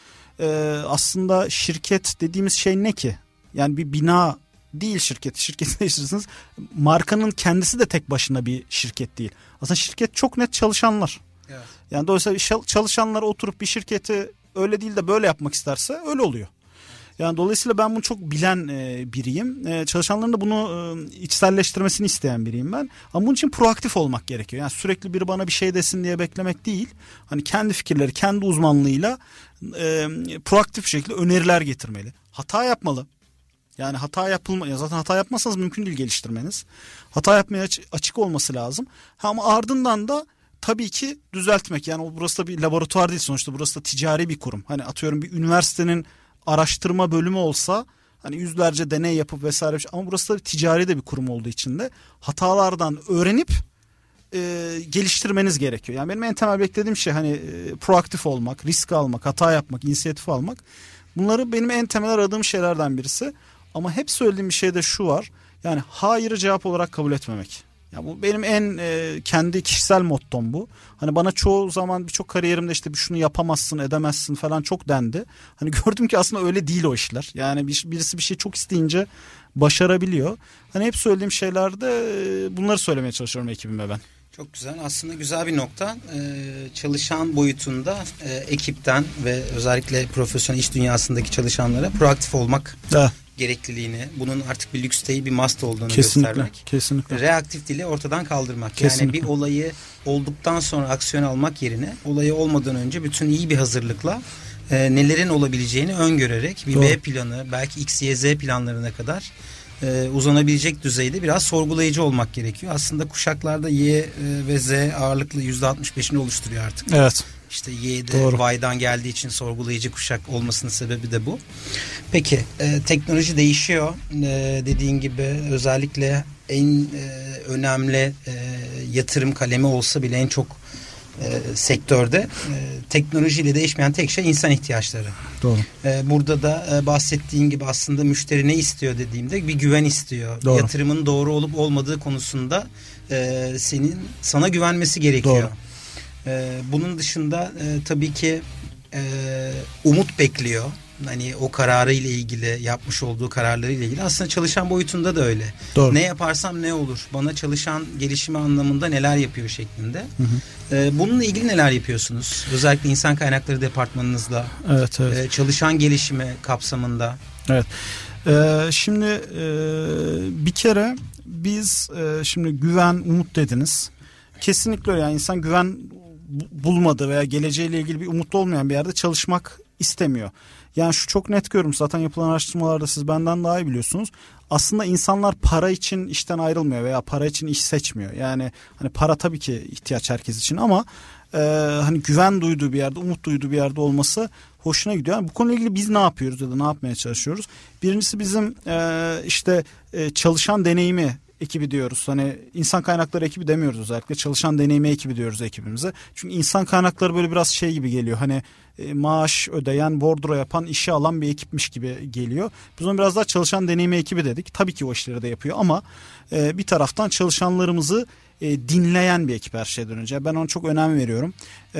aslında şirket dediğimiz şey ne ki? Yani bir bina değil şirket. Şirketi değiştirirsiniz. Markanın kendisi de tek başına bir şirket değil. Aslında şirket çok net çalışanlar. Evet. Yani dolayısıyla çalışanlar oturup bir şirketi öyle değil de böyle yapmak isterse öyle oluyor. Yani dolayısıyla ben bunu çok bilen biriyim. Çalışanların da bunu içselleştirmesini isteyen biriyim ben. Ama bunun için proaktif olmak gerekiyor. Yani sürekli biri bana bir şey desin diye beklemek değil. Hani kendi fikirleri, kendi uzmanlığıyla proaktif bir şekilde öneriler getirmeli. Hata yapmalı. Yani zaten hata yapmazsanız mümkün değil geliştirmeniz. Hata yapmaya açık olması lazım. Ama ardından da tabii ki düzeltmek. Yani burası da bir laboratuvar değil sonuçta, burası da ticari bir kurum. Hani atıyorum bir üniversitenin araştırma bölümü olsa hani yüzlerce deney yapıp vesaire bir şey. Ama burası da ticari de bir kurum olduğu için de hatalardan öğrenip geliştirmeniz gerekiyor. Yani benim en temel beklediğim şey hani proaktif olmak, risk almak, hata yapmak, inisiyatif almak. Bunları benim en temel aradığım şeylerden birisi. Ama hep söylediğim bir şey de şu var. Yani hayırı cevap olarak kabul etmemek. Ya bu benim en kendi kişisel mottom bu. Hani bana çoğu zaman birçok kariyerimde işte şunu yapamazsın, edemezsin falan çok dendi. Hani gördüm ki aslında öyle değil o işler. Yani birisi bir şey çok isteyince başarabiliyor. Hani hep söylediğim şeylerde bunları söylemeye çalışıyorum ekibime ben. Çok güzel. Aslında güzel bir nokta. Çalışan boyutunda ekipten ve özellikle profesyonel iş dünyasındaki çalışanlara proaktif olmak gerekliliğini, bunun artık bir lüks değil bir must olduğunu göstermek. Kesinlikle. Reaktif dili ortadan kaldırmak. Kesinlikle. Yani bir olayı olduktan sonra aksiyon almak yerine olayı olmadan önce bütün iyi bir hazırlıkla nelerin olabileceğini öngörerek bir B planı, belki X, Y, Z planlarına kadar uzanabilecek düzeyde biraz sorgulayıcı olmak gerekiyor. Aslında kuşaklarda Y ve Z ağırlıklı %65'ini oluşturuyor artık. Evet. İşte Y'de Y'dan geldiği için sorgulayıcı kuşak olmasının sebebi de bu. Peki teknoloji değişiyor. Dediğin gibi özellikle en önemli yatırım kalemi olsa bile en çok sektörde teknolojiyle değişmeyen tek şey insan ihtiyaçları. Doğru. Burada da bahsettiğin gibi aslında müşteri ne istiyor dediğimde bir güven istiyor. Doğru. Yatırımın doğru olup olmadığı konusunda sana güvenmesi gerekiyor. Bunun dışında tabii ki umut bekliyor. Hani o kararı ile ilgili, yapmış olduğu kararları ile ilgili. Aslında çalışan boyutunda da öyle. Doğru. Ne yaparsam ne olur? Bana çalışan gelişimi anlamında neler yapıyor şeklinde. Bununla ilgili neler yapıyorsunuz? Özellikle insan kaynakları departmanınızla. Evet. Çalışan gelişimi kapsamında. Evet. Şimdi bir kere biz şimdi güven, umut dediniz. Kesinlikle öyle. Yani insan güven bulmadığı veya geleceğiyle ilgili bir umutlu olmayan bir yerde çalışmak istemiyor. Yani şu çok net görüyorum, zaten yapılan araştırmalarda siz benden daha iyi biliyorsunuz. Aslında insanlar para için işten ayrılmıyor veya para için iş seçmiyor. Yani hani para tabii ki ihtiyaç herkes için ama hani güven duyduğu bir yerde, umut duyduğu bir yerde olması hoşuna gidiyor. Yani bu konuyla ilgili biz ne yapıyoruz ya da ne yapmaya çalışıyoruz? Birincisi bizim çalışan deneyimi ekibi diyoruz. Hani insan kaynakları ekibi demiyoruz özellikle. Çalışan deneyimi ekibi diyoruz ekibimize. Çünkü insan kaynakları böyle biraz şey gibi geliyor. Hani maaş ödeyen, bordro yapan, işe alan bir ekipmiş gibi geliyor. Biz onu biraz daha çalışan deneyimi ekibi dedik. Tabii ki o işleri de yapıyor ama bir taraftan çalışanlarımızı dinleyen bir ekip her şeyden önce. Ben ona çok önem veriyorum.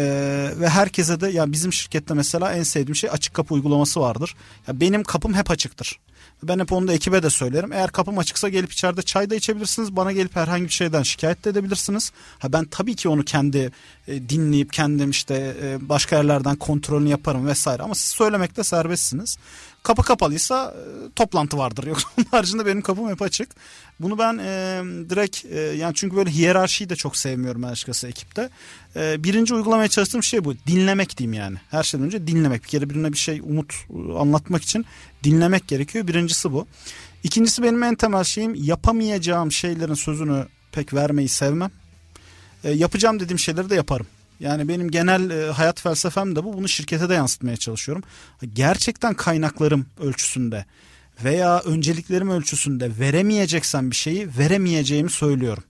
Ve herkese de, ya bizim şirkette mesela en sevdiğim şey açık kapı uygulaması vardır. Ya benim kapım hep açıktır. Ben hep onu da ekibe de söylerim. Eğer kapım açıksa gelip içeride çay da içebilirsiniz. Bana gelip herhangi bir şeyden şikayet de edebilirsiniz. Ben tabii ki onu kendi dinleyip kendim işte başka yerlerden kontrolünü yaparım vesaire. Ama siz söylemekte serbestsiniz. Kapı kapalıysa toplantı vardır. Yoksa onun haricinde benim kapım hep açık. Bunu ben direkt yani çünkü böyle hiyerarşiyi de çok sevmiyorum açıkçası ekipte. Birinci uygulamaya çalıştığım şey bu. Dinlemek diyeyim yani. Her şeyden önce dinlemek. Bir kere birine bir şey umut anlatmak için dinlemek gerekiyor. Birincisi bu. İkincisi benim en temel şeyim, yapamayacağım şeylerin sözünü pek vermeyi sevmem. Yapacağım dediğim şeyleri de yaparım. Yani benim genel hayat felsefem de bu. Bunu şirkete de yansıtmaya çalışıyorum. Gerçekten kaynaklarım ölçüsünde veya önceliklerim ölçüsünde veremeyeceksem bir şeyi veremeyeceğimi söylüyorum.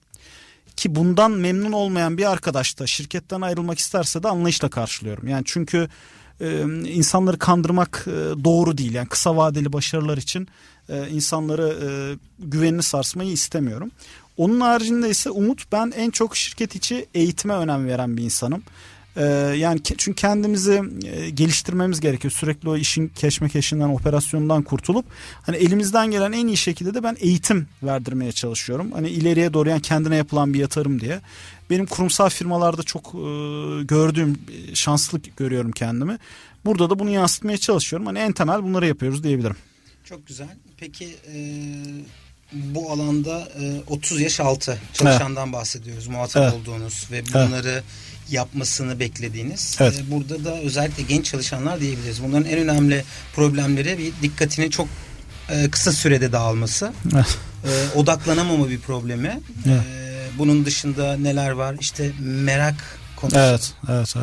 Ki bundan memnun olmayan bir arkadaş da şirketten ayrılmak isterse de anlayışla karşılıyorum. Yani çünkü insanları kandırmak doğru değil. Yani kısa vadeli başarılar için insanları güvenini sarsmayı istemiyorum. Onun haricinde ise umut, ben en çok şirket içi eğitime önem veren bir insanım. Yani çünkü kendimizi geliştirmemiz gerekiyor. Sürekli o işin keşmekeşinden, operasyondan kurtulup hani elimizden gelen en iyi şekilde de ben eğitim verdirmeye çalışıyorum. Hani ileriye doğru, yani kendine yapılan bir yatırım diye. Benim kurumsal firmalarda çok gördüğüm, şanslı görüyorum kendimi. Burada da bunu yansıtmaya çalışıyorum. Hani en temel bunları yapıyoruz diyebilirim. Çok güzel. Peki bu alanda 30 yaş altı çalışandan bahsediyoruz. Muhatap olduğunuz ve bunları yapmasını beklediğiniz. Burada da özellikle genç çalışanlar diyebiliriz. Bunların en önemli problemleri bir dikkatini çok kısa sürede dağılması. Odaklanamama bir problemi. Bunun dışında neler var? İşte merak konusu. Evet.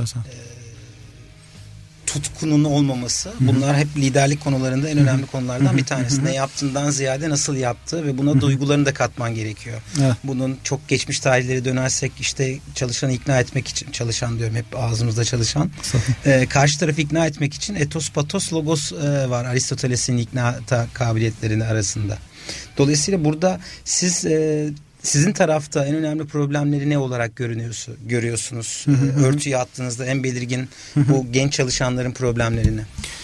Tutkunun olmaması. Bunlar hep liderlik konularında en önemli konulardan bir tanesi. Ne yaptığından ziyade nasıl yaptığı ve buna duygularını da katman gerekiyor. Bunun çok geçmiş tarihleri dönersek işte çalışanı ikna etmek için, çalışan diyorum hep ağzımızda çalışan, karşı tarafı ikna etmek için etos, patos, logos var Aristoteles'in ikna kabiliyetlerinin arasında. Dolayısıyla burada sizin tarafta en önemli problemleri ne olarak görüyorsunuz? Örtüye attığınızda en belirgin bu genç çalışanların problemlerini.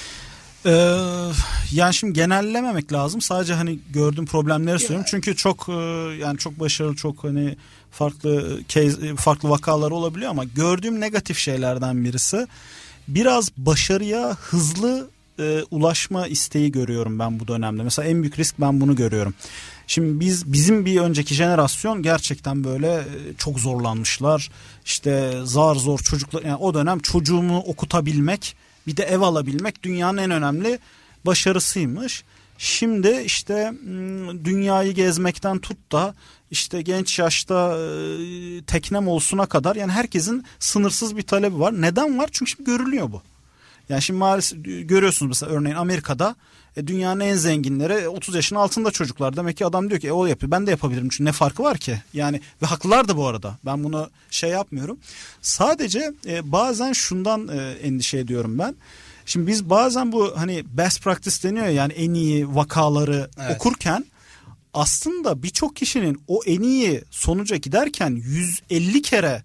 Yani şimdi genellememek lazım. Sadece hani gördüğüm problemleri söylüyorum. Çünkü çok yani çok başarılı, çok hani farklı vakalar olabiliyor ama gördüğüm negatif şeylerden birisi biraz başarıya hızlı ulaşma isteği görüyorum ben bu dönemde. Mesela en büyük risk, ben bunu görüyorum. Şimdi bizim bir önceki jenerasyon gerçekten böyle çok zorlanmışlar. İşte zar zor çocuklar, yani o dönem çocuğumu okutabilmek, bir de ev alabilmek dünyanın en önemli başarısıymış. Şimdi işte dünyayı gezmekten tut da işte genç yaşta teknem olsuna kadar, yani herkesin sınırsız bir talebi var. Neden var? Çünkü şimdi görülüyor bu. Yani şimdi maalesef görüyorsunuz mesela örneğin Amerika'da dünyanın en zenginleri 30 yaşın altında çocuklar. Demek ki adam diyor ki o yapıyor, ben de yapabilirim çünkü ne farkı var ki? Yani ve haklılar da bu arada. Ben bunu şey yapmıyorum. Sadece bazen şundan endişe ediyorum ben. Şimdi biz bazen bu hani best practice deniyor ya, yani en iyi vakaları okurken aslında birçok kişinin o en iyi sonuca giderken 150 kere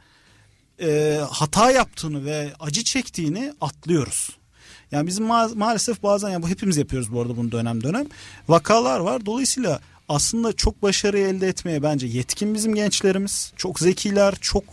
hata yaptığını ve acı çektiğini atlıyoruz. Yani bizim maalesef bazen, ya bu hepimiz yapıyoruz bu arada bunu dönem dönem, vakalar var. Dolayısıyla aslında çok başarı elde etmeye bence yetkin bizim gençlerimiz. Çok zekiler,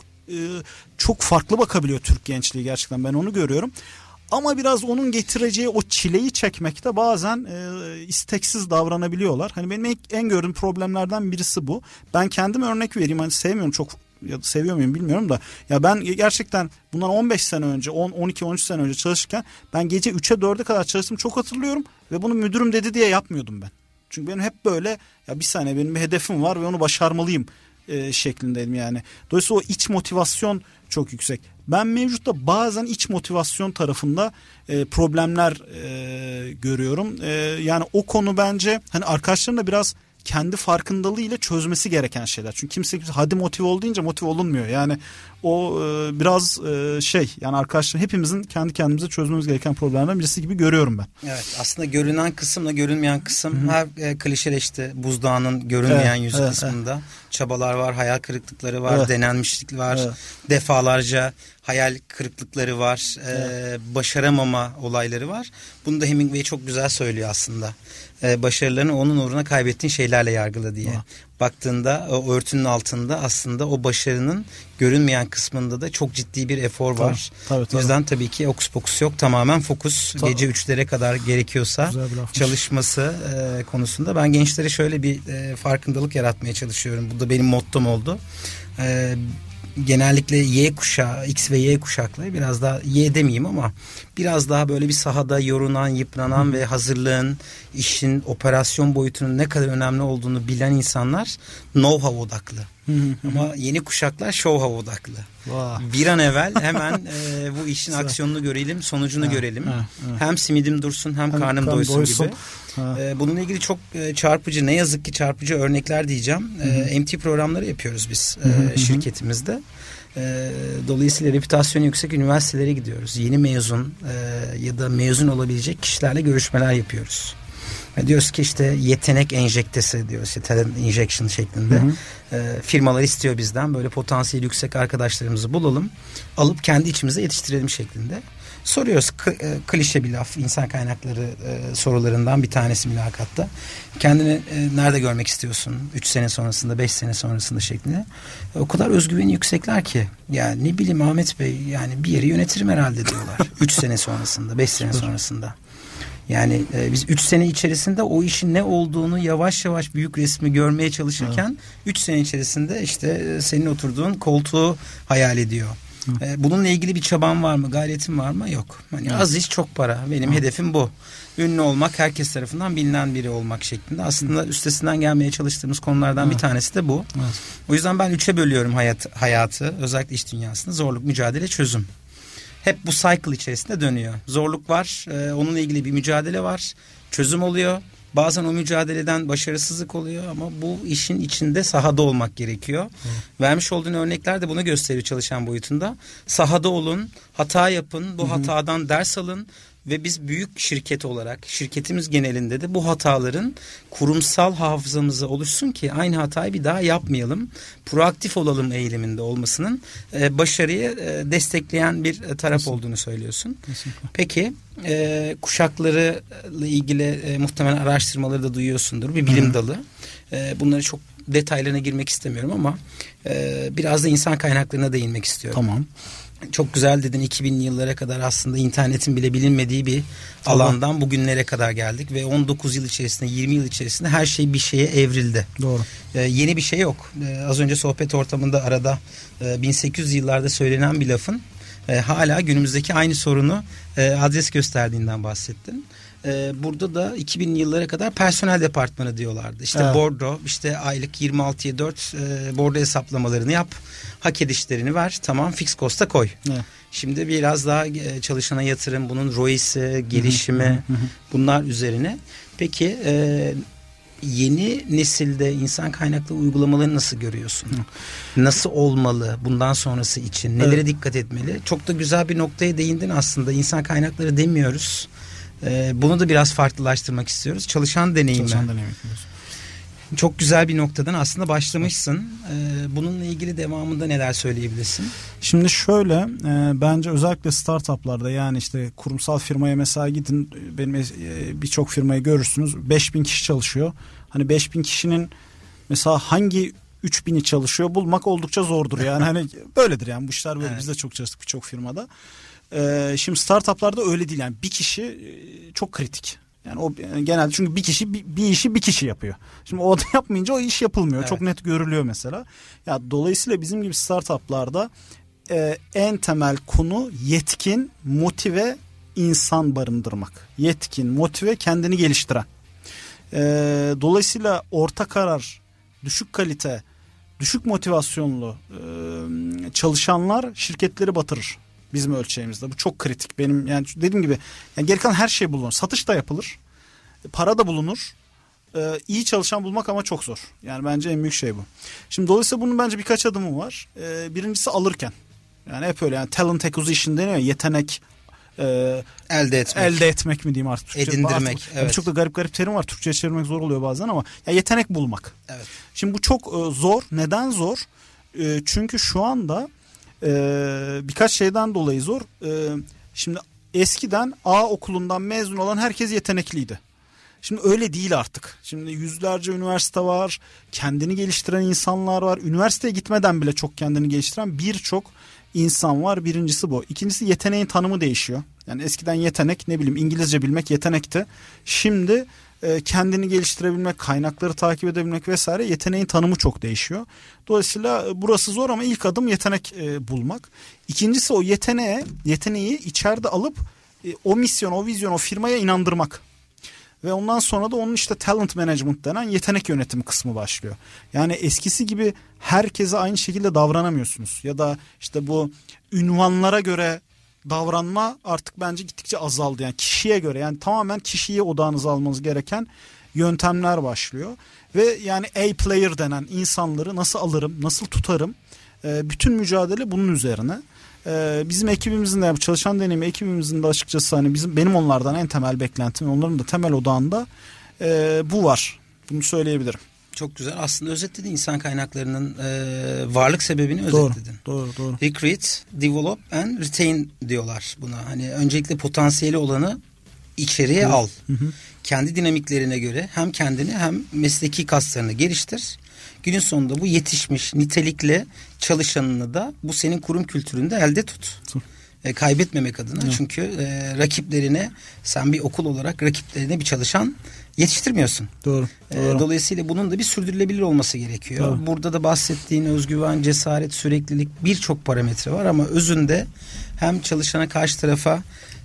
çok farklı bakabiliyor Türk gençliği, gerçekten ben onu görüyorum. Ama biraz onun getireceği o çileyi çekmekte bazen isteksiz davranabiliyorlar. Hani benim en gördüğüm problemlerden birisi bu. Ben kendim örnek vereyim, hani sevmiyorum çok, ya da seviyor muyum bilmiyorum da, ya ben gerçekten bundan 15 sene önce 12-13 sene önce çalışırken ben gece 3'e 4'e kadar çalıştım, çok hatırlıyorum ve bunu müdürüm dedi diye yapmıyordum ben. Çünkü benim hep böyle, ya bir saniye benim bir hedefim var ve onu başarmalıyım şeklindeydim yani. Dolayısıyla o iç motivasyon çok yüksek. Ben mevcutta bazen iç motivasyon tarafında problemler görüyorum. Yani o konu bence hani arkadaşların da biraz kendi farkındalığıyla çözmesi gereken şeyler. Çünkü kimse hadi motive ol deyince motive olunmuyor. Yani o biraz yani arkadaşlar hepimizin kendi kendimize çözmemiz gereken problemlerden birisi gibi görüyorum ben. Evet, aslında görünen kısımla görünmeyen kısım her klişeleşti. Buzdağının görünmeyen yüzü kısmında çabalar var, hayal kırıklıkları var, denenmişlik var, defalarca hayal kırıklıkları var, başaramama olayları var. Bunu da Hemingway çok güzel söylüyor aslında. Başarılarını onun uğruna kaybettiğin şeylerle yargıla diye. Baktığında o örtünün altında aslında o başarının görünmeyen kısmında da çok ciddi bir efor var. Tabii. O yüzden tabii ki okus pokus yok, tamamen fokus. Gece 3'lere kadar gerekiyorsa çalışması konusunda. Ben gençlere şöyle bir farkındalık yaratmaya çalışıyorum. Bu da benim mottom oldu. Genellikle Y kuşağı, X ve Y kuşakları, biraz daha Y demeyeyim ama biraz daha böyle bir sahada yorunan, yıpranan ve hazırlığın, işin, operasyon boyutunun ne kadar önemli olduğunu bilen insanlar know-how odaklı. Ama yeni kuşaklar show-how odaklı. Bir an evvel hemen bu işin aksiyonunu görelim, sonucunu görelim. Hem simidim dursun hem karnım doysun gibi. Bununla ilgili çok çarpıcı, ne yazık ki çarpıcı örnekler diyeceğim. MT programları yapıyoruz biz şirketimizde. Dolayısıyla reputasyonu yüksek üniversitelere gidiyoruz. Yeni mezun ya da mezun olabilecek kişilerle görüşmeler yapıyoruz. Diyoruz ki işte yetenek enjektesi diyoruz, işte talent injection şeklinde. Firmalar istiyor bizden, böyle potansiyeli yüksek arkadaşlarımızı bulalım, alıp kendi içimize yetiştirelim şeklinde. Soruyoruz, klişe bir laf, insan kaynakları sorularından bir tanesi mülakatta. Kendini nerede görmek istiyorsun? 3 sene sonrasında, 5 sene sonrasında şeklinde. O kadar özgüveni yüksekler ki. Yani ne bileyim Ahmet Bey, yani bir yeri yönetirim herhalde diyorlar. 3 sene sonrasında, 5 sene sonrasında. Yani biz 3 sene içerisinde o işin ne olduğunu yavaş yavaş büyük resmi görmeye çalışırken 3 sene içerisinde işte senin oturduğun koltuğu hayal ediyor. Bununla ilgili bir çaban var mı, gayretin var mı? Yok. Hani az iş çok para. Benim hedefim bu. Ünlü olmak, herkes tarafından bilinen biri olmak şeklinde. Aslında üstesinden gelmeye çalıştığımız konulardan bir tanesi de bu. O yüzden ben 3'e bölüyorum hayatı. Özellikle iş dünyasında zorluk, mücadele, çözüm. Hep bu cycle içerisinde dönüyor. Zorluk var, onunla ilgili bir mücadele var, çözüm oluyor. Bazen o mücadeleden başarısızlık oluyor ama bu işin içinde sahada olmak gerekiyor. Vermiş olduğun örnekler de bunu gösteriyor çalışan boyutunda. Sahada olun, hata yapın, bu hatadan ders alın ve biz büyük şirket olarak, şirketimiz genelinde de bu hataların kurumsal hafızamıza oluşsun ki aynı hatayı bir daha yapmayalım. Proaktif olalım eğiliminde olmasının başarıyı destekleyen bir taraf olduğunu söylüyorsun. Kesinlikle. Peki kuşaklarıyla ilgili muhtemelen araştırmaları da duyuyorsundur. Bir bilim dalı. Bunları çok detaylarına girmek istemiyorum ama biraz da insan kaynaklarına değinmek istiyorum. Tamam. Çok güzel dedin, 2000'li yıllara kadar aslında internetin bile bilinmediği bir alandan bugünlere kadar geldik ve 19 yıl içerisinde, 20 yıl içerisinde her şey bir şeye evrildi. Doğru. Yeni bir şey yok. Az önce sohbet ortamında arada 1800 yıllarda söylenen bir lafın hala günümüzdeki aynı sorunu adres gösterdiğinden bahsettin. Burada da 2000'li yıllara kadar personel departmanı diyorlardı. İşte Evet. bordro, işte aylık 26'ya 4 bordro hesaplamalarını yap. Hak edişlerini ver. Tamam, fix cost'a koy. Evet. Şimdi biraz daha çalışana yatırım, bunun ROI'si, gelişimi, bunlar üzerine. Peki yeni nesilde insan kaynaklı uygulamaları nasıl görüyorsun? Nasıl olmalı bundan sonrası için? Nelere dikkat etmeli? Çok da güzel bir noktaya değindin aslında. İnsan kaynakları demiyoruz. Bunu da biraz farklılaştırmak istiyoruz. Çalışan deneyimi. Çok güzel bir noktadan aslında başlamışsın. Bununla ilgili devamında neler söyleyebilirsin? Şimdi şöyle, bence özellikle startuplarda, yani işte kurumsal firmaya mesela gidin, benim birçok firmayı görürsünüz, 5000 kişi çalışıyor. Hani 5000 kişinin mesela hangi 3000'i çalışıyor bulmak oldukça zordur yani. Hani böyledir yani, bu işler böyle. Evet. Biz de çok çalıştık birçok firmada. Şimdi startuplarda öyle değil yani, bir kişi çok kritik. Yani o genelde, çünkü bir kişi bir işi bir kişi yapıyor. Şimdi o da yapmayınca o iş yapılmıyor. Evet. Çok net görülüyor mesela. Ya dolayısıyla bizim gibi startuplarda en temel konu yetkin, motive insan barındırmak. Yetkin, motive, kendini geliştiren. Dolayısıyla orta karar, düşük kalite, düşük motivasyonlu çalışanlar şirketleri batırır. Bizim ölçeğimizde. Bu çok kritik. Benim yani dediğim gibi, yani geri kalan her şey bulunur. Satış da yapılır. Para da bulunur. İyi çalışan bulmak ama çok zor. Yani bence en büyük şey bu. Şimdi dolayısıyla bunun bence birkaç adımı var. Birincisi alırken. Yani hep öyle, yani talent acquisition deniyor ya, yetenek elde etmek mi diyeyim artık. Türkçe, edindirmek. artık, evet. Çok da garip terim var. Türkçe'ye çevirmek zor oluyor bazen ama ya yetenek bulmak. Evet. Şimdi bu çok zor. Neden zor? Çünkü şu anda birkaç şeyden dolayı zor. Şimdi eskiden A okulundan mezun olan herkes yetenekliydi. Şimdi öyle değil artık. Şimdi yüzlerce üniversite var. Kendini geliştiren insanlar var. Üniversiteye gitmeden bile çok kendini geliştiren birçok insan var. Birincisi bu. İkincisi, yeteneğin tanımı değişiyor. Yani eskiden yetenek, ne bileyim, İngilizce bilmek yetenekti. Şimdi kendini geliştirebilmek, kaynakları takip edebilmek vesaire, yeteneğin tanımı çok değişiyor. Dolayısıyla burası zor ama ilk adım yetenek bulmak. İkincisi, o yeteneği içeride alıp o misyon, o vizyon, o firmaya inandırmak. Ve ondan sonra da onun işte talent management denen yetenek yönetimi kısmı başlıyor. Yani eskisi gibi herkese aynı şekilde davranamıyorsunuz. Ya da işte bu ünvanlara göre davranma artık bence gittikçe azaldı. Yani kişiye göre, yani tamamen kişiye odağınızı almanız gereken yöntemler başlıyor. Ve yani A player denen insanları nasıl alırım, nasıl tutarım, bütün mücadele bunun üzerine. Bizim ekibimizin de, çalışan deneyimi ekibimizin de açıkçası hani benim onlardan en temel beklentim, onların da temel odağında bu var. Bunu söyleyebilirim. Çok güzel. Aslında özetledin insan kaynaklarının varlık sebebini özetledin. Doğru. Recruit, develop and retain diyorlar buna. Hani öncelikle potansiyeli olanı içeriye al. Hı. Kendi dinamiklerine göre hem kendini hem mesleki kaslarını geliştir. Günün sonunda bu yetişmiş nitelikli çalışanını da bu senin kurum kültüründe elde tut. Kaybetmemek adına. Hı. Çünkü rakiplerine, sen bir okul olarak rakiplerine bir çalışan yetiştirmiyorsun. Doğru. Dolayısıyla bunun da bir sürdürülebilir olması gerekiyor. Doğru. Burada da bahsettiğin özgüven, cesaret, süreklilik, birçok parametre var ama özünde hem çalışana, karşı tarafa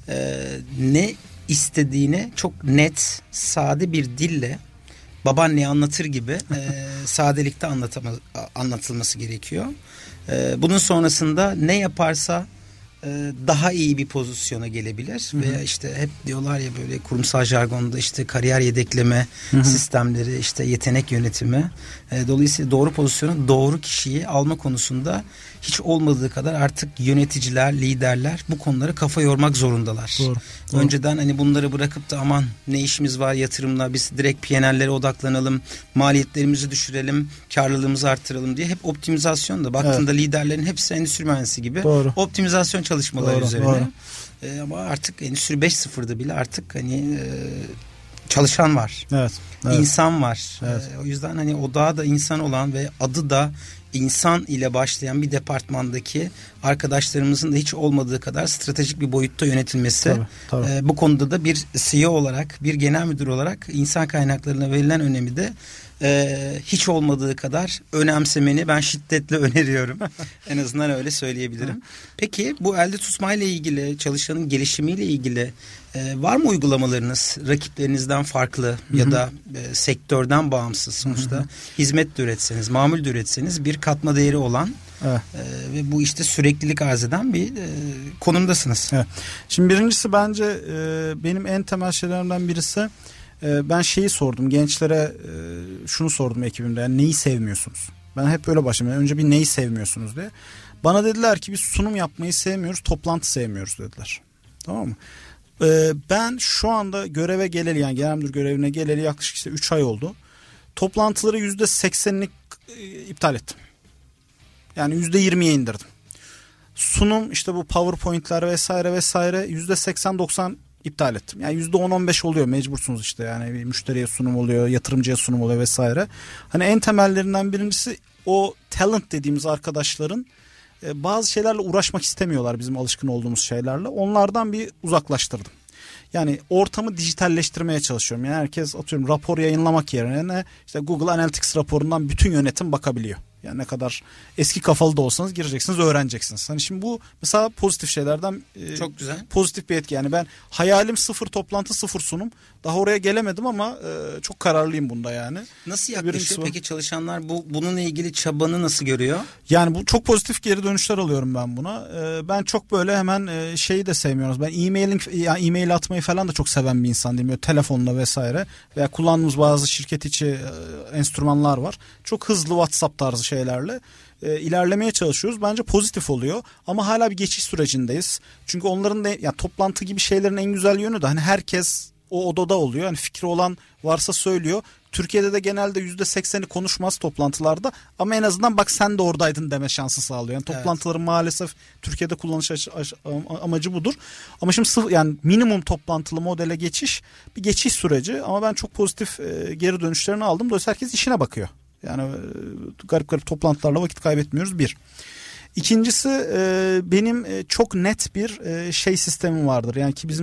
ne istediğini çok net, sade bir dille, babaanne anlatır gibi sadelikte anlatılması gerekiyor. Bunun sonrasında ne yaparsa daha iyi bir pozisyona gelebilir. Hı-hı. Veya işte hep diyorlar ya böyle kurumsal jargonda işte kariyer yedekleme Hı-hı. sistemleri, işte yetenek yönetimi. Dolayısıyla doğru pozisyonu, doğru kişiyi alma konusunda hiç olmadığı kadar artık yöneticiler, liderler bu konulara kafa yormak zorundalar. Doğru. Önceden hani bunları bırakıp da aman ne işimiz var yatırımla, biz direkt P&L'lere odaklanalım, maliyetlerimizi düşürelim, karlılığımızı arttıralım diye hep optimizasyon da baktığında liderlerin hepsi endüstri mühendisi gibi optimizasyon çalışmaları üzerine. Ama artık Endüstri 5.0'da bile artık hani çalışan var. Evet. İnsan var. Evet. O yüzden hani odağı da insan olan ve adı da insan ile başlayan bir departmandaki arkadaşlarımızın da hiç olmadığı kadar stratejik bir boyutta yönetilmesi. Tabii. Bu konuda da bir CEO olarak, bir genel müdür olarak insan kaynaklarına verilen önemi de hiç olmadığı kadar önemsemeni ben şiddetle öneriyorum. En azından öyle söyleyebilirim. Peki bu elde tutmayla ilgili, çalışanın gelişimiyle ilgili var mı uygulamalarınız rakiplerinizden farklı ya da sektörden bağımsız? Sonuçta hizmet de üretseniz, mamul de üretseniz bir katma değeri olan ve bu işte süreklilik arz eden bir konumdasınız. Evet. Şimdi birincisi bence benim en temel şeylerimden birisi, ben şeyi sordum gençlere, şunu sordum ekibimde, yani neyi sevmiyorsunuz? Ben hep öyle başladım. Önce bir neyi sevmiyorsunuz diye. Bana dediler ki biz sunum yapmayı sevmiyoruz, toplantı sevmiyoruz dediler. Tamam mı? Ben şu anda göreve geleli, yani genel müdür görevine geleli yaklaşık işte 3 ay oldu. Toplantıları %80'lik iptal ettim. Yani %20'ye indirdim. Sunum işte bu PowerPoint'ler vesaire %80-90 iptal ettim. Yani %10-15 oluyor, mecbursunuz işte, yani bir müşteriye sunum oluyor, yatırımcıya sunum oluyor vesaire. Hani en temellerinden birincisi o talent dediğimiz arkadaşların bazı şeylerle uğraşmak istemiyorlar, bizim alışkın olduğumuz şeylerle. Onlardan bir uzaklaştırdım. Yani ortamı dijitalleştirmeye çalışıyorum. Yani herkes atıyorum rapor yayınlamak yerine işte Google Analytics raporundan bütün yönetim bakabiliyor. Yani ne kadar eski kafalı da olsanız gireceksiniz, öğreneceksiniz. Hani şimdi bu mesela pozitif şeylerden, çok güzel. Pozitif bir etki. Yani ben hayalim 0 toplantı 0 sunum. Daha oraya gelemedim ama çok kararlıyım bunda yani. Nasıl yaklaşıyor peki çalışanlar, bununla ilgili çabanı nasıl görüyor? Yani bu çok pozitif geri dönüşler alıyorum ben buna. Ben çok böyle hemen şeyi de sevmiyoruz. Ben e-mail atmayı falan da çok seven bir insan değilim. Böyle telefonla vesaire veya kullandığımız bazı şirket içi enstrümanlar var. Çok hızlı WhatsApp tarzı şeylerle ilerlemeye çalışıyoruz. Bence pozitif oluyor ama hala bir geçiş sürecindeyiz. Çünkü onların da yani toplantı gibi şeylerin en güzel yönü de hani herkes o odada oluyor. Hani fikri olan varsa söylüyor. Türkiye'de de genelde %80'i konuşmaz toplantılarda ama en azından bak sen de oradaydın deme şansı sağlıyor. Yani toplantıların maalesef Türkiye'de kullanış amacı budur. Ama şimdi yani minimum toplantılı modele geçiş bir geçiş süreci ama ben çok pozitif geri dönüşlerini aldım. Dolayısıyla herkes işine bakıyor. Yani garip toplantılarla vakit kaybetmiyoruz bir. İkincisi benim çok net bir şey sistemim vardır. Yani ki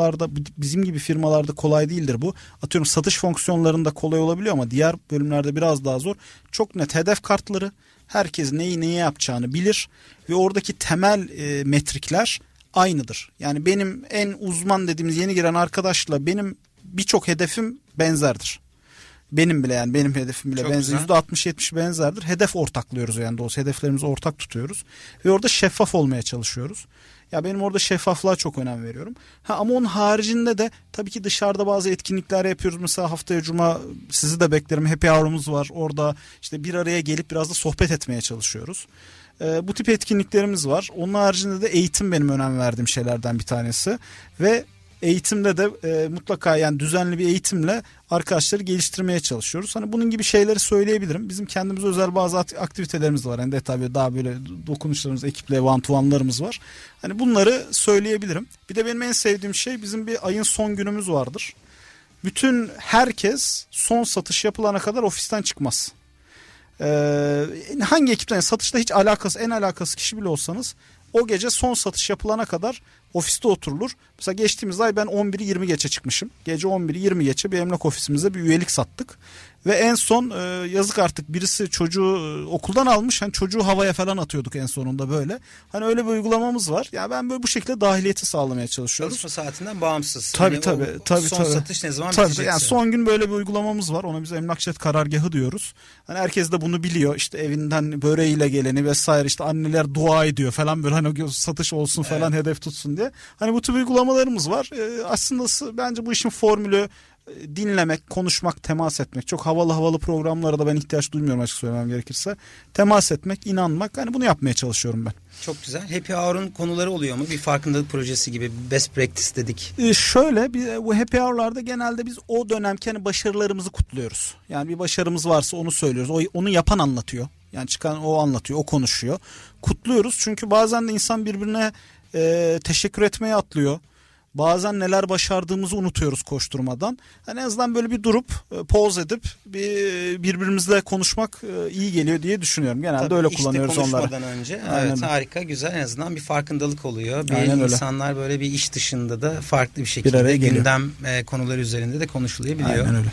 bizim gibi firmalarda kolay değildir bu. Atıyorum satış fonksiyonlarında kolay olabiliyor ama diğer bölümlerde biraz daha zor. Çok net hedef kartları, herkes neyi yapacağını bilir ve oradaki temel metrikler aynıdır. Yani benim en uzman dediğimiz yeni giren arkadaşla benim birçok hedefim benzerdir. Benim hedefim bile benzer. %60-70 benzerdir. Hedef ortaklıyoruz yani dolayısıyla hedeflerimizi ortak tutuyoruz. Ve orada şeffaf olmaya çalışıyoruz. Ya benim orada şeffaflığa çok önem veriyorum. Ama onun haricinde de tabii ki dışarıda bazı etkinlikler yapıyoruz. Mesela haftaya cuma sizi de beklerim. Happy Hour'umuz var. Orada işte bir araya gelip biraz da sohbet etmeye çalışıyoruz. Bu tip etkinliklerimiz var. Onun haricinde de eğitim benim önem verdiğim şeylerden bir tanesi. Ve eğitimde de mutlaka yani düzenli bir eğitimle arkadaşları geliştirmeye çalışıyoruz. Hani bunun gibi şeyleri söyleyebilirim. Bizim kendimize özel bazı aktivitelerimiz var. Yani tabii daha böyle dokunuşlarımız, ekiple one-to-one'larımız var. Hani bunları söyleyebilirim. Bir de benim en sevdiğim şey bizim bir ayın son günümüz vardır. Bütün herkes son satış yapılana kadar ofisten çıkmaz. Hangi ekipten satışta hiç en alakası kişi bile olsanız o gece son satış yapılana kadar ofiste oturulur. Mesela geçtiğimiz ay ben 11'i 20 geçe çıkmışım. Gece 11'i 20 geçe bir emlak ofisimizde bir üyelik sattık. Ve en son yazık artık birisi çocuğu okuldan almış. Hani çocuğu havaya falan atıyorduk en sonunda böyle. Hani öyle bir uygulamamız var. Ya ben böyle bu şekilde dahiliyeti sağlamaya çalışıyoruz. Çalışma saatinden bağımsız. Tabii. Son satış ne zaman bitecekse. Yani son gün böyle bir uygulamamız var. Ona biz emlakçet karargahı diyoruz. Hani herkes de bunu biliyor. İşte evinden böreğiyle geleni vesaire işte anneler dua ediyor falan böyle hani satış olsun falan hedef tutsun diye. Hani bu tür uygulamalarımız var. Aslında bence bu işin formülü dinlemek, konuşmak, temas etmek. Çok havalı programlara da ben ihtiyaç duymuyorum açık söylemem gerekirse. Temas etmek, inanmak. Hani bunu yapmaya çalışıyorum ben. Çok güzel. Happy Hour'un konuları oluyor mu? Bir farkındalık projesi gibi best practice dedik. Şöyle bu Happy Hour'larda genelde biz o dönemki hani başarılarımızı kutluyoruz. Yani bir başarımız varsa onu söylüyoruz. Onu yapan anlatıyor. Yani çıkan o anlatıyor, o konuşuyor. Kutluyoruz çünkü bazen de insan birbirine teşekkür etmeye atlıyor. Bazen neler başardığımızı unutuyoruz koşturmadan. Yani en azından böyle bir durup pause edip birbirimizle konuşmak iyi geliyor diye düşünüyorum. Genelde tabii öyle kullanıyoruz onları. Konuşmadan önce. Evet, harika, güzel. En azından bir farkındalık oluyor. İnsanlar böyle bir iş dışında da farklı bir şekilde gündem konuları üzerinde de konuşulabiliyor. Aynen öyle.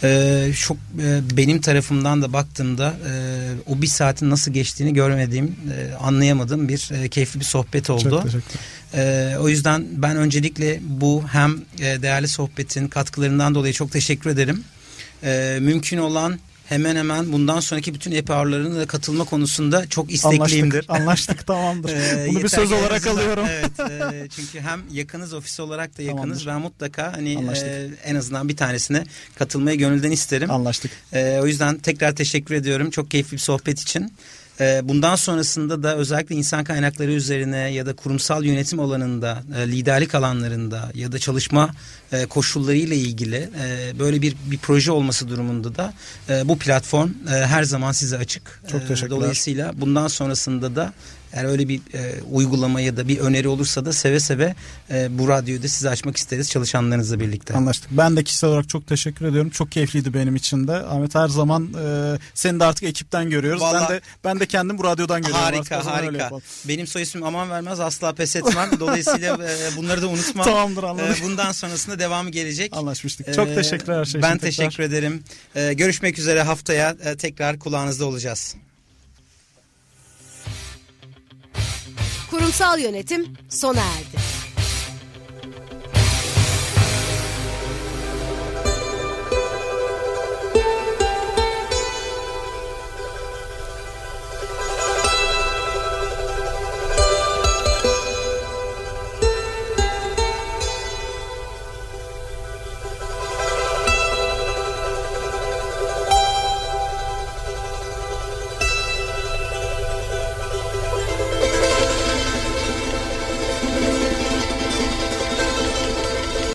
Çok benim tarafımdan da baktığımda o bir saatin nasıl geçtiğini görmediğim, anlayamadığım bir keyifli bir sohbet oldu. Çok teşekkür. O yüzden ben öncelikle bu hem değerli sohbetin katkılarından dolayı çok teşekkür ederim. Mümkün olan hemen hemen bundan sonraki bütün EP-hour'larına da katılma konusunda çok istekliyimdir. Anlaştık tamamdır. Bunu bir söz olarak alıyorum. Evet, çünkü hem yakınız, ofis olarak da yakınız. Tamamdır. Ben mutlaka en azından bir tanesine katılmayı gönülden isterim. Anlaştık. O yüzden tekrar teşekkür ediyorum. Çok keyifli bir sohbet için. Bundan sonrasında da özellikle insan kaynakları üzerine ya da kurumsal yönetim alanında, liderlik alanlarında ya da çalışma koşullarıyla ilgili böyle bir proje olması durumunda da bu platform her zaman size açık. Çok teşekkürler. Dolayısıyla bundan sonrasında da eğer öyle bir uygulama ya da bir öneri olursa da seve seve bu radyoyu da size açmak isteriz çalışanlarınızla birlikte. Anlaştık. Ben de kişisel olarak çok teşekkür ediyorum. Çok keyifliydi benim için de. Ahmet, her zaman seni de artık ekipten görüyoruz. Vallahi, ben de kendim bu radyodan görüyorum. Harika. Benim soy ismim aman vermez, asla pes etmem. Dolayısıyla bunları da unutmam. Tamamdır, anladım. Bundan sonrasında devamı gelecek. Anlaşmıştık. Çok teşekkürler her şey için. Ben teşekkür ederim. Görüşmek üzere, haftaya tekrar kulağınızda olacağız. Kurumsal yönetim sona erdi.